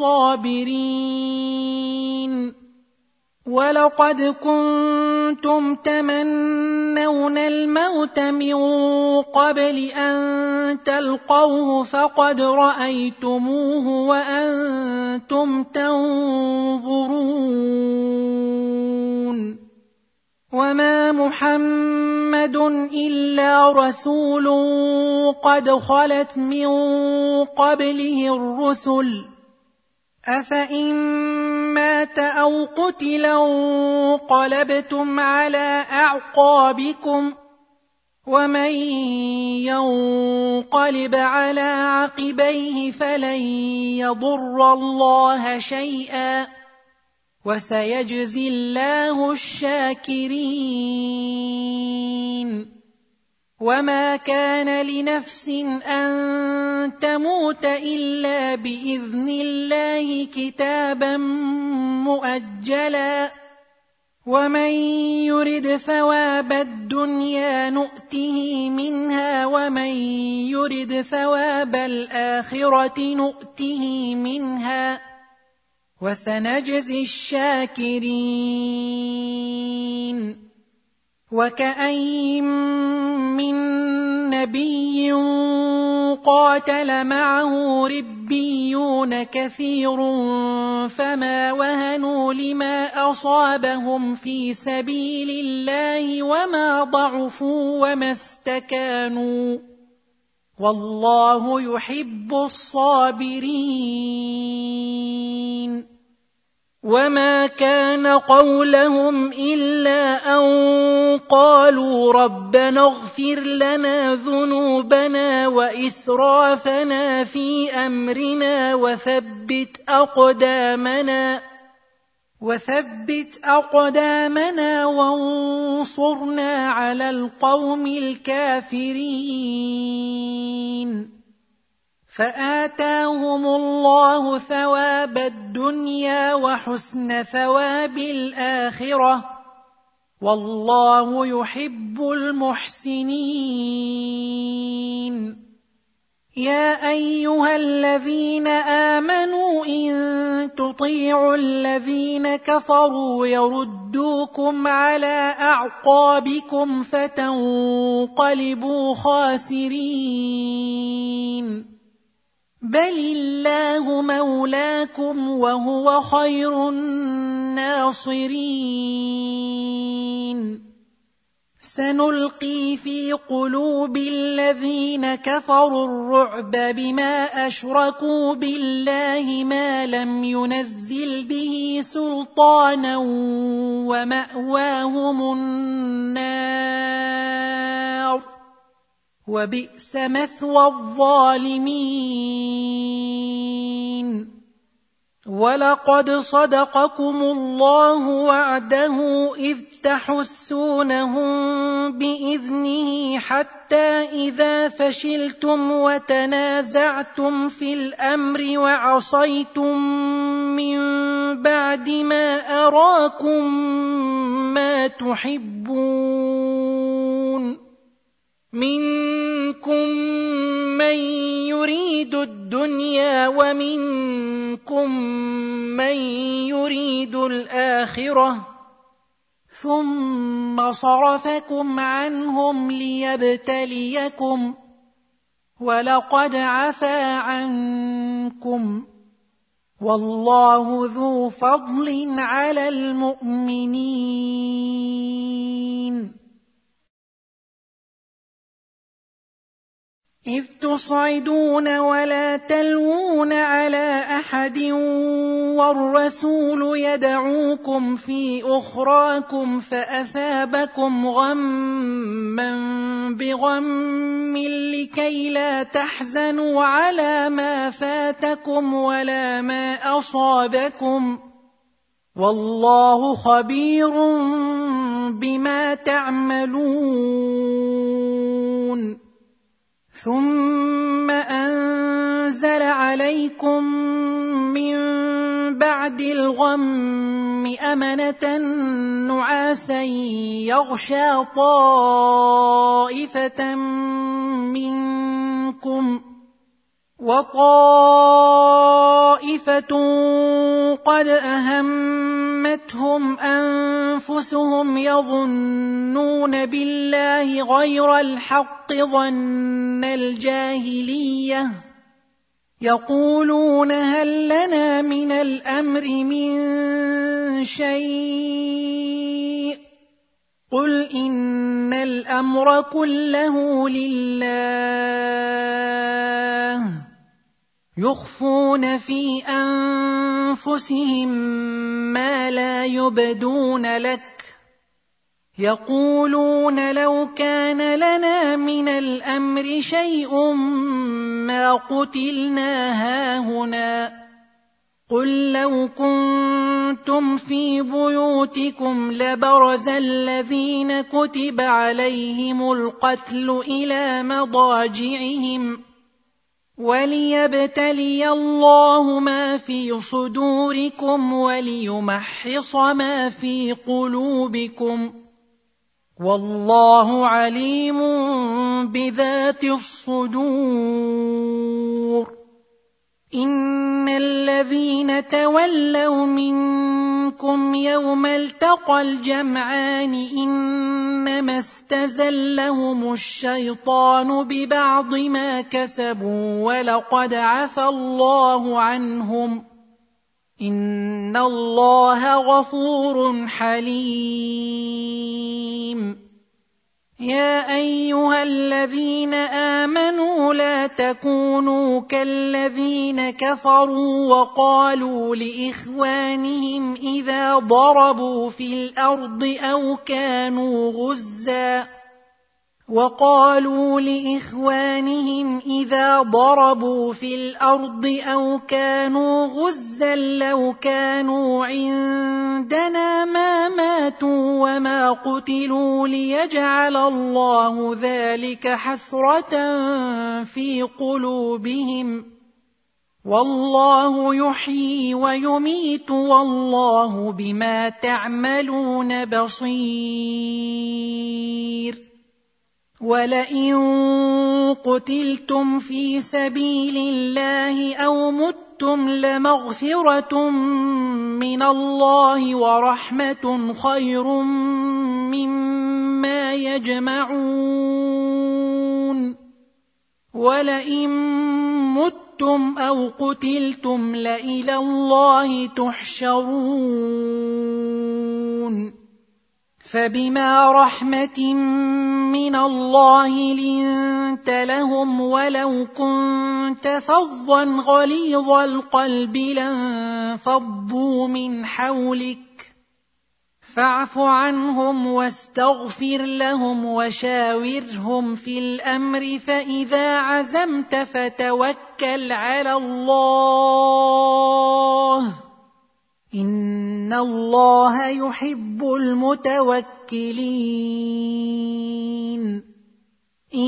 الصابرين ولقد كنتم تمنون الموت من قبل أن تلقوه فقد رأيتموه وأنتم تنظرون وما محمد إلا رسول قد خلت من قبله الرسل أفإن مات أو قتل انقلبتم على أعقابكم ومن ينقلب على عقبيه فلن يضر الله شيئا وسيجزي الله الشاكرين وما كان لنفس أن تموت إلا بإذن الله كتابا مؤجلا ومن يرد ثواب الدنيا نؤته منها ومن يرد ثواب الآخرة نؤته منها وسنجزي الشاكرين وكأين من نبي قاتل معه ربيون كثير فما وهنوا لما أصابهم في سبيل الله وما ضعفوا وما استكانوا والله يحب الصابرين وما كان قولهم إلا أن قالوا ربنا اغفر لنا ذنوبنا وإسرافنا في أمرنا وثبت أقدامنا وثبت أقدامنا وانصرنا على القوم الكافرين فآتاهم الله ثواب الدنيا وحسن ثواب الآخرة والله يحب المحسنين يا أيها الذين آمنوا إن تطيعوا الذين كفروا يردوكم على أعقابكم فتنقلبوا خاسرين بل الله مولاكم وهو خير الناصرين سنلقي في قلوب الذين كفروا الرعب بما أشركوا بالله ما لم ينزل به سلطانا ومأواهم النار وبئس مثوى الظالمين ولقد صدقكم الله وعده إذ تحسونهم بإذنه حتى إذا فشلتم وتنازعتم في الأمر وعصيتم من بعد ما أراكم ما تحبون منكم من يريد الدنيا ومنكم من يريد الآخرة ثم ثم صرفكم عنهم ليبتليكم ولقد عفا عنكم والله ذو فضل على المؤمنين. إذ تصعدون ولا تلوون على أحد والرسول يدعوكم في أخراكم فأثابكم غما بغم لكي لا تحزنوا على ما فاتكم ولا ما أصابكم والله خبير بما تعملون. ثم أنزل عليكم من بعد الغم أمنة نعاسا يغشى طائفة منكم وطائفة قد أهمتهم أنفسهم يظنون بالله غير الحق ظن الجاهلية يقولون هل لنا من الأمر من شيء قل إن الأمر كله لله يخفون في أنفسهم ما لا يبدون لك يقولون لو كان لنا من الأمر شيء ما قتلنا هاهنا قل لو كنتم في بيوتكم لبرز الذين كتب عليهم القتل إلى مضاجعهم وليبتلي الله ما في صدوركم وليمحص ما في قلوبكم والله عليم بذات الصدور. إن الذين تولوا منكم يوم التقى الجمعان إنما استزلهم الشيطان ببعض ما كسبوا ولقد عفى الله عنهم إن الله غفور حليم. يا أيها الذين آمنوا لا تكونوا كالذين كفروا وقالوا لإخوانهم إذا ضربوا في الأرض أو كانوا غزاً وقالوا لإخوانهم إذا ضربوا في الأرض أو كانوا غزاً لو كانوا عندنا ما ماتوا وما قتلوا ليجعل الله ذلك حسرة في قلوبهم والله يحيي ويميت والله بما تعملون بصير. ولئن قتلتم في سبيل الله أو متم لمغفرة من الله ورحمة خير مما يجمعون. ولئن متم أو قتلتم لإلى الله تحشرون. فبما رحمة من الله لنت لهم ولو كنت فظا غليظ القلب لانفضوا من حولك فاعف عنهم واستغفر لهم وشاورهم في الأمر فإذا عزمت فتوكل على الله إن الله يحب المتوكلين. إن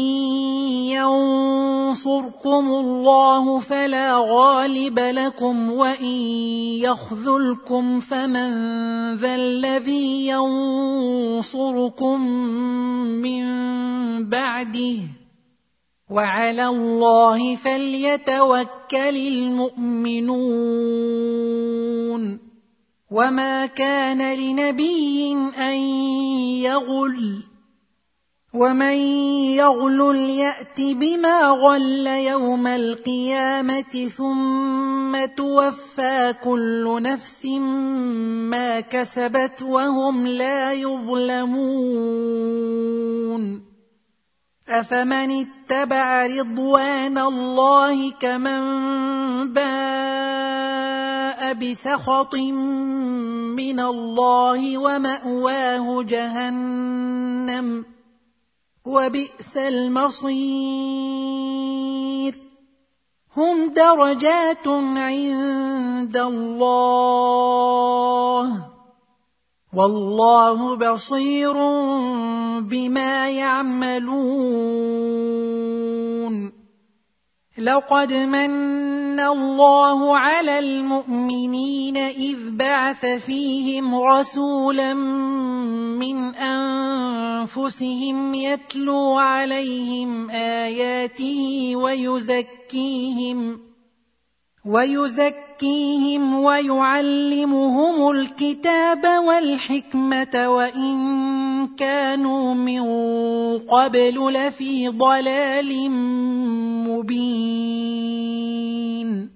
ينصركم الله فلا غالب لكم وإن يخذلكم فمن ذا الذي ينصركم من بعده وعلى الله فليتوكل المؤمنون. وما كان لنبي أن يغل ومن يغل يأت بما غل يوم القيامة ثم توفى كل نفس ما كسبت وهم لا يظلمون أفمن اتبع رضوان الله كمن باء بسخط من الله ومأواه جهنم وبئس المصير هم درجات عند الله والله بصير بما يعملون لقد من الله على المؤمنين إذ بعث فيهم رسولا من أنفسهم يتلو عليهم آياته ويزكيهم ويزكيهم ويعلمهم الكتاب والحكمة وإن كانوا من قبل لفي ضلال مبين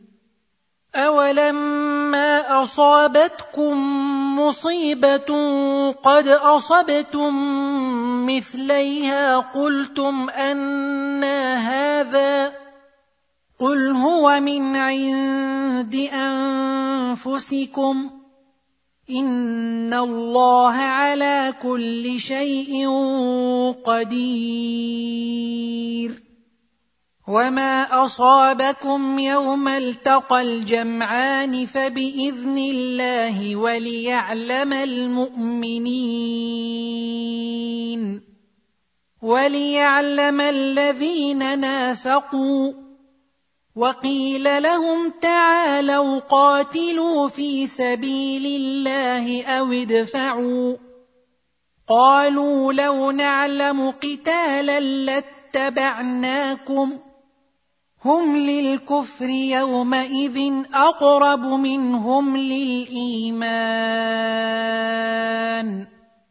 أولما أصابتكم مصيبة قد أصبتم مثليها قلتم أنى هذا قل هو من عند أنفسكم إن الله على كل شيء قدير وما أصابكم يوم التقى الجمعان فبإذن الله وليعلم المؤمنين وليعلم الذين نافقوا وقيل لهم تعالوا قاتلوا في سبيل الله أو ادفعوا قالوا لو نعلم قتالا لاتبعناكم هم للكفر يومئذ أقرب منهم للإيمان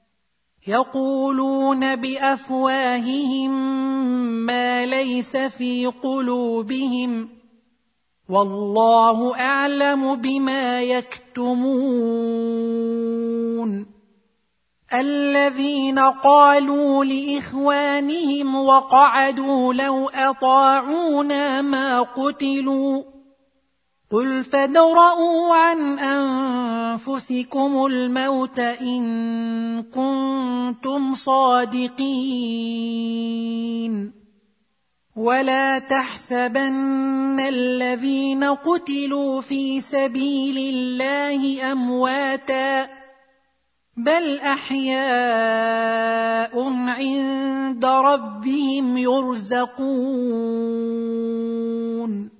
يقولون بأفواههم ما ليس في قلوبهم والله أعلم بما يكتمون الذين قالوا لإخوانهم وقعدوا لو أطاعونا ما قتلوا قل فادرءوا عن أنفسكم الموت إن كنتم صادقين ولا تحسبن الذين قتلوا في سبيل الله أمواتاً بل أحياء عند ربهم يرزقون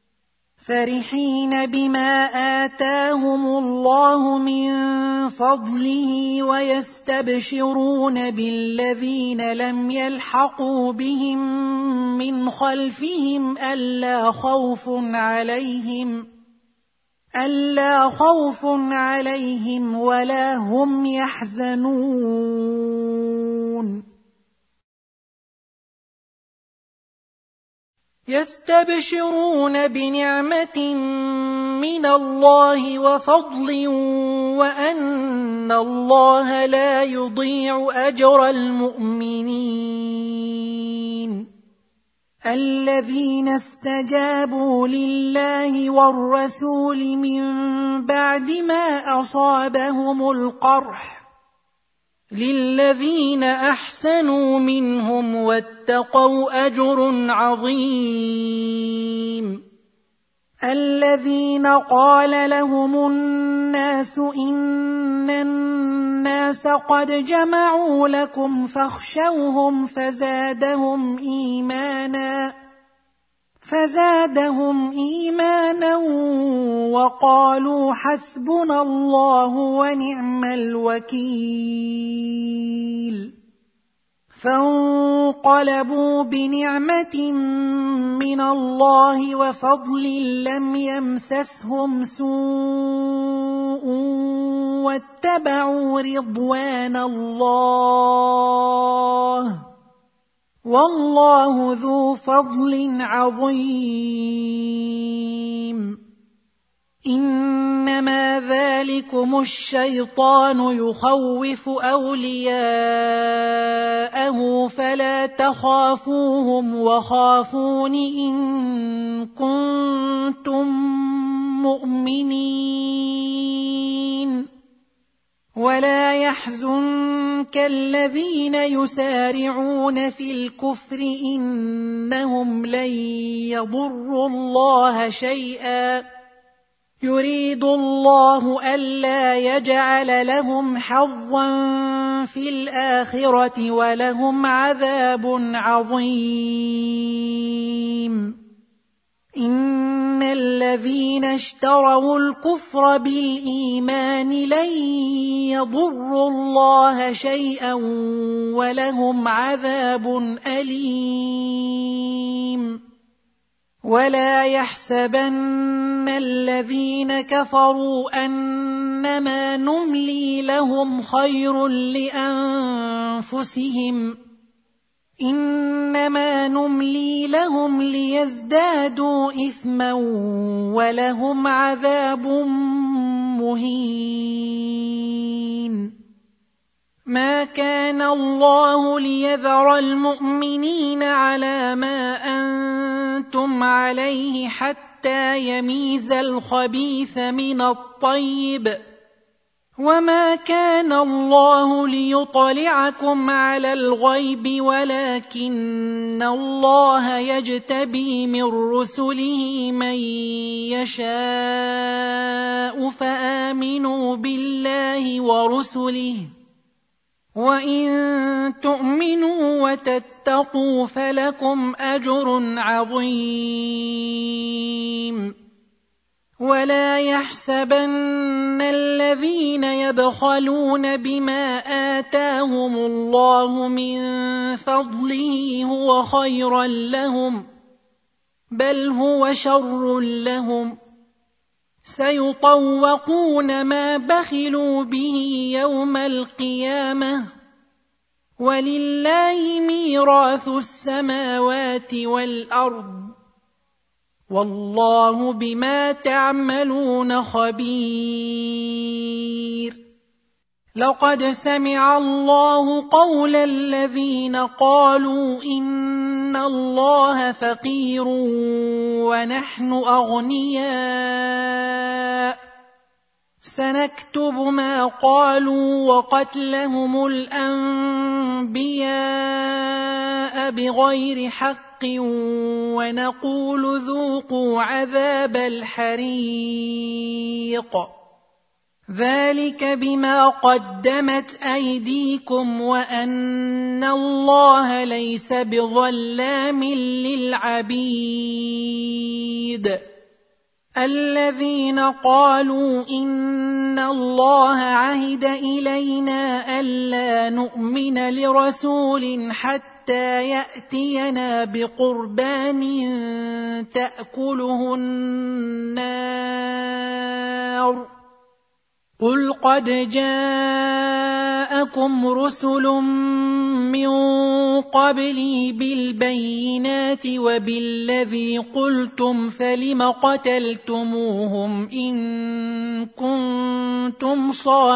فرحين بما آتاهم الله من فضله ويستبشرون بالذين لم يلحقوا بهم من خلفهم ألا خوف عليهم ألا خوف عليهم ولا هم يحزنون يستبشرون بنعمة من الله وفضل وأن الله لا يضيع أجر المؤمنين الذين استجابوا لله والرسول من بعد ما أصابهم القرح للذين أحسنوا منهم واتقوا أجر عظيم الذين قال لهم الناس إن الناس قد جمعوا لكم فاخشوهم فزادهم إيمانا فزادهم إيمانا وقالوا حسبنا الله ونعم الوكيل فانقلبوا بنعمة من الله وفضل لم يمسسهم سوء واتبعوا رضوان الله والله ذو فضل عظيم. إنما ذلكم الشيطان يخوف أولياءه فلا تخافوهم وخافون إن كنتم مؤمنين. ولا يحزنك الذين يسارعون في الكفر إنهم لن يضروا الله شيئا يريد الله ألا يجعل لهم حظا في الآخرة ولهم عذاب عظيم. إن الذين اشتروا الكفر بالإيمان لن يضروا الله شيئا ولهم عذاب أليم. ولا يحسبن الذين كفروا أنما نملي لهم خير لأنفسهم إنما نملي لهم ليزدادوا إثما ولهم عذاب مهين. ما كان الله ليذر المؤمنين على ما أنتم عليه حتى يميز الخبيث من الطيب وما كان الله ليطلعكم على الغيب ولكن الله يجتبي من رسله من يشاء فآمنوا بالله ورسله وإن تؤمنوا وتتقوا فلكم أجر عظيم. ولا يحسبن الذين يبخلون بما آتاهم الله من فضله هو خيرا لهم بل هو شر لهم سيطوقون ما بخلوا به يوم القيامة ولله ميراث السماوات والأرض والله بما تعملون خبير. لقد سمع الله قول الذين قالوا إن الله فقير ونحن أغنياء سنكتب ما قالوا وقتلهم الأنبياء بغير حق ونقول ذوقوا عذاب الحريق ذلك بما قدمت أيديكم وأن الله ليس بظلام للعبيد. الذين قالوا إن الله عهد إلينا ألا نؤمن لرسول حتى يأتينا بقربان تأكله النار قل قد جاءكم رسل من قبلي بالبينات وبالذي قلتم فلم قتلتموهم إن كنتم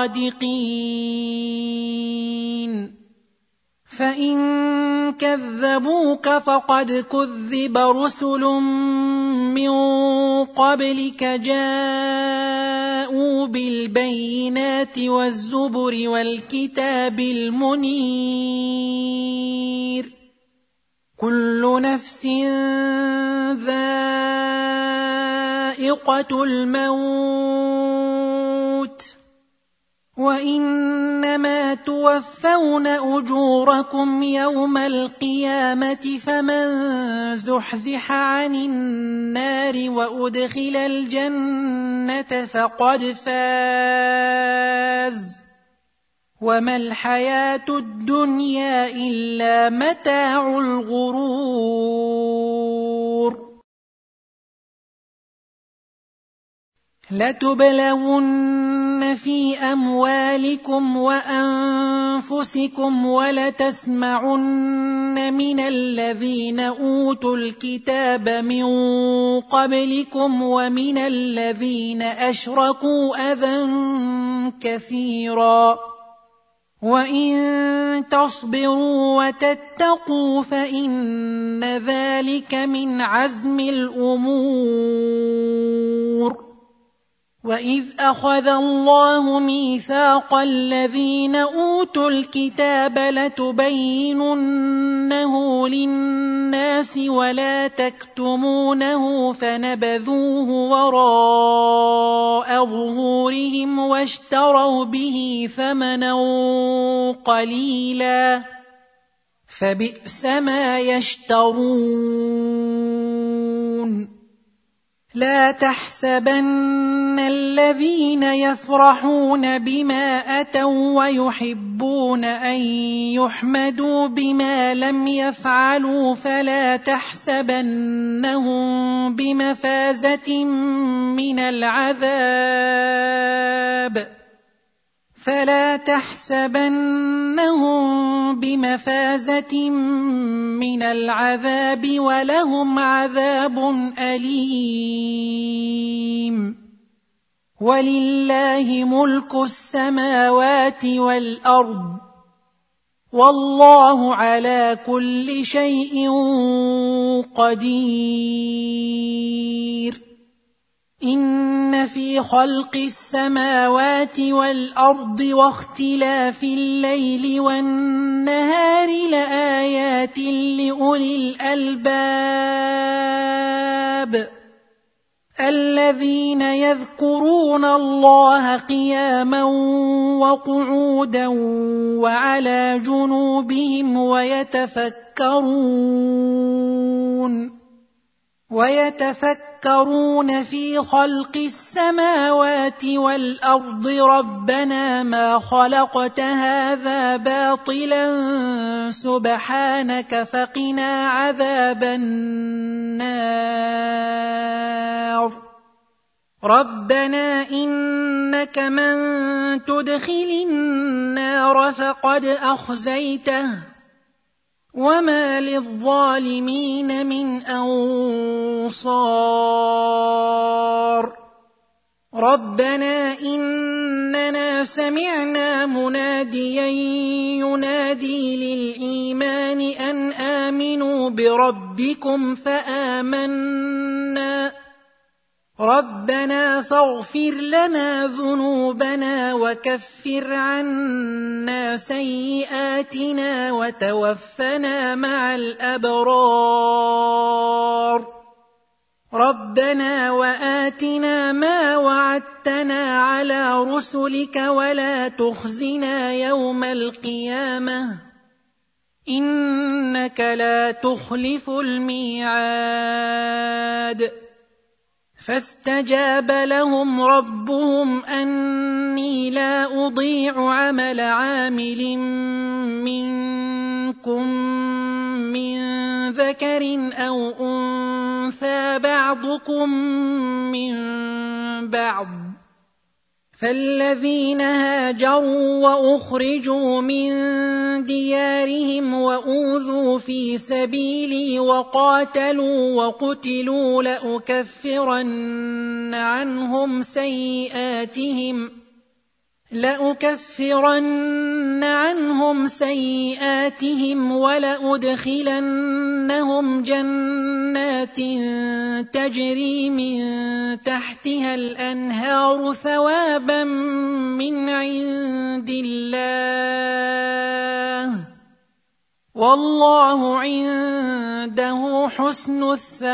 صادقين فإن كذبوك فقد كذب رسل من قبلك جاءوا بالبينات والزبر والكتاب المنير كل نفس ذائقة الموت وإنما توفون أجوركم يوم القيامة فمن زحزح عن النار وأدخل الجنة فقد فاز وما الحياة الدنيا إلا متاع الغرور. لتبلغن في أموالكم وأنفسكم ولتسمعن من الذين أوتوا الكتاب من قبلكم ومن الذين أشركوا أذى كثيرا وإن تصبروا وتتقوا فإن ذلك من عزم الأمور. وإذ أخذ الله ميثاق الذين أوتوا الكتاب لتبيننه للناس ولا تكتمونه فنبذوه وراء ظهورهم واشتروا به ثمنا قليلا فبئس ما يشترون. لا تحسبن الذين يفرحون بما أتوا ويحبون أن يحمدوا بما لم يفعلوا فلا تحسبنهم بمفازة من العذاب فلا تحسبنهم بمفازة من العذاب ولهم عذاب أليم. ولله ملك السماوات والأرض والله على كل شيء قدير. إن في خلق السماوات والأرض واختلاف الليل والنهار لآيات لأولي الألباب الذين يذكرون الله قياما وقعودا وعلى جنوبهم ويتفكرون ويتفكرون في خلق السماوات والأرض ربنا ما خلقت هذا باطلا سبحانك فقنا عذاب النار. ربنا إنك من تدخل النار فقد أخزيته وما للظالمين من أنصار. ربنا إننا سمعنا مناديا ينادي للإيمان أن آمنوا بربكم فآمنا ربنا فاغفر لنا ذنوبنا وكفر عنا سيئاتنا وتوفنا مع الأبرار. ربنا وآتنا ما وعدتنا على رسلك ولا تخزنا يوم القيامة إنك لا تخلف الميعاد. فاستجاب لهم ربهم أني لا أضيع عمل عامل منكم من ذكر أو أنثى بعضكم من بعض فالذين هاجروا وأخرجوا من ديارهم وأوذوا في سبيلي وقاتلوا وقتلوا لأكفرن عنهم سيئاتهم لأكفرن عنهم سيئاتهم ولأدخلنهم جنات تجري من تحتها الأنهار ثوابا من عند الله والله عنده حسن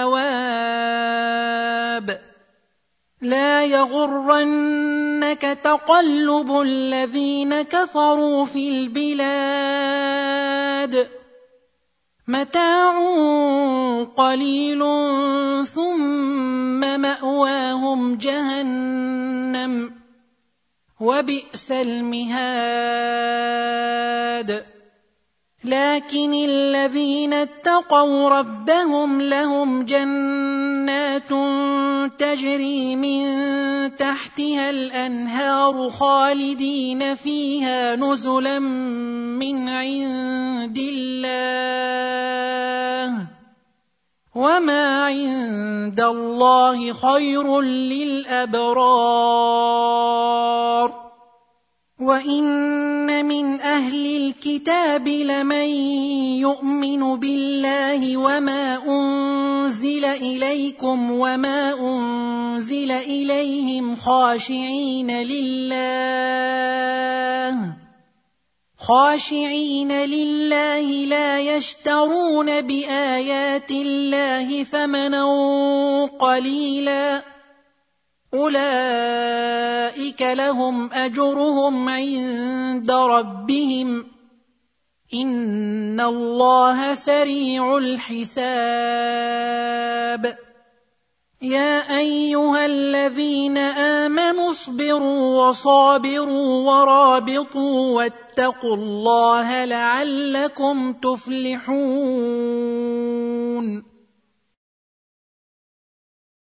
الثواب. لا يغرنك تقلب الذين كفروا في البلاد متاع قليل ثم مأواهم جهنم وبئس المهاد. لكن الذين اتقوا ربهم لهم جنات تجري من تحتها الأنهار خالدين فيها نزلا من عند الله وما عند الله خير للأبرار. وإن من أهل الكتاب لمن يؤمن بالله وما أنزل إليكم وما أنزل إليهم خاشعين لله خاشعين لله لا يشترون بآيات الله ثمنا قليلا أولئك لهم أجرهم عند ربهم إن الله سريع الحساب. يا أيها الذين آمنوا اصبروا وصابروا ورابطوا واتقوا الله لعلكم تفلحون.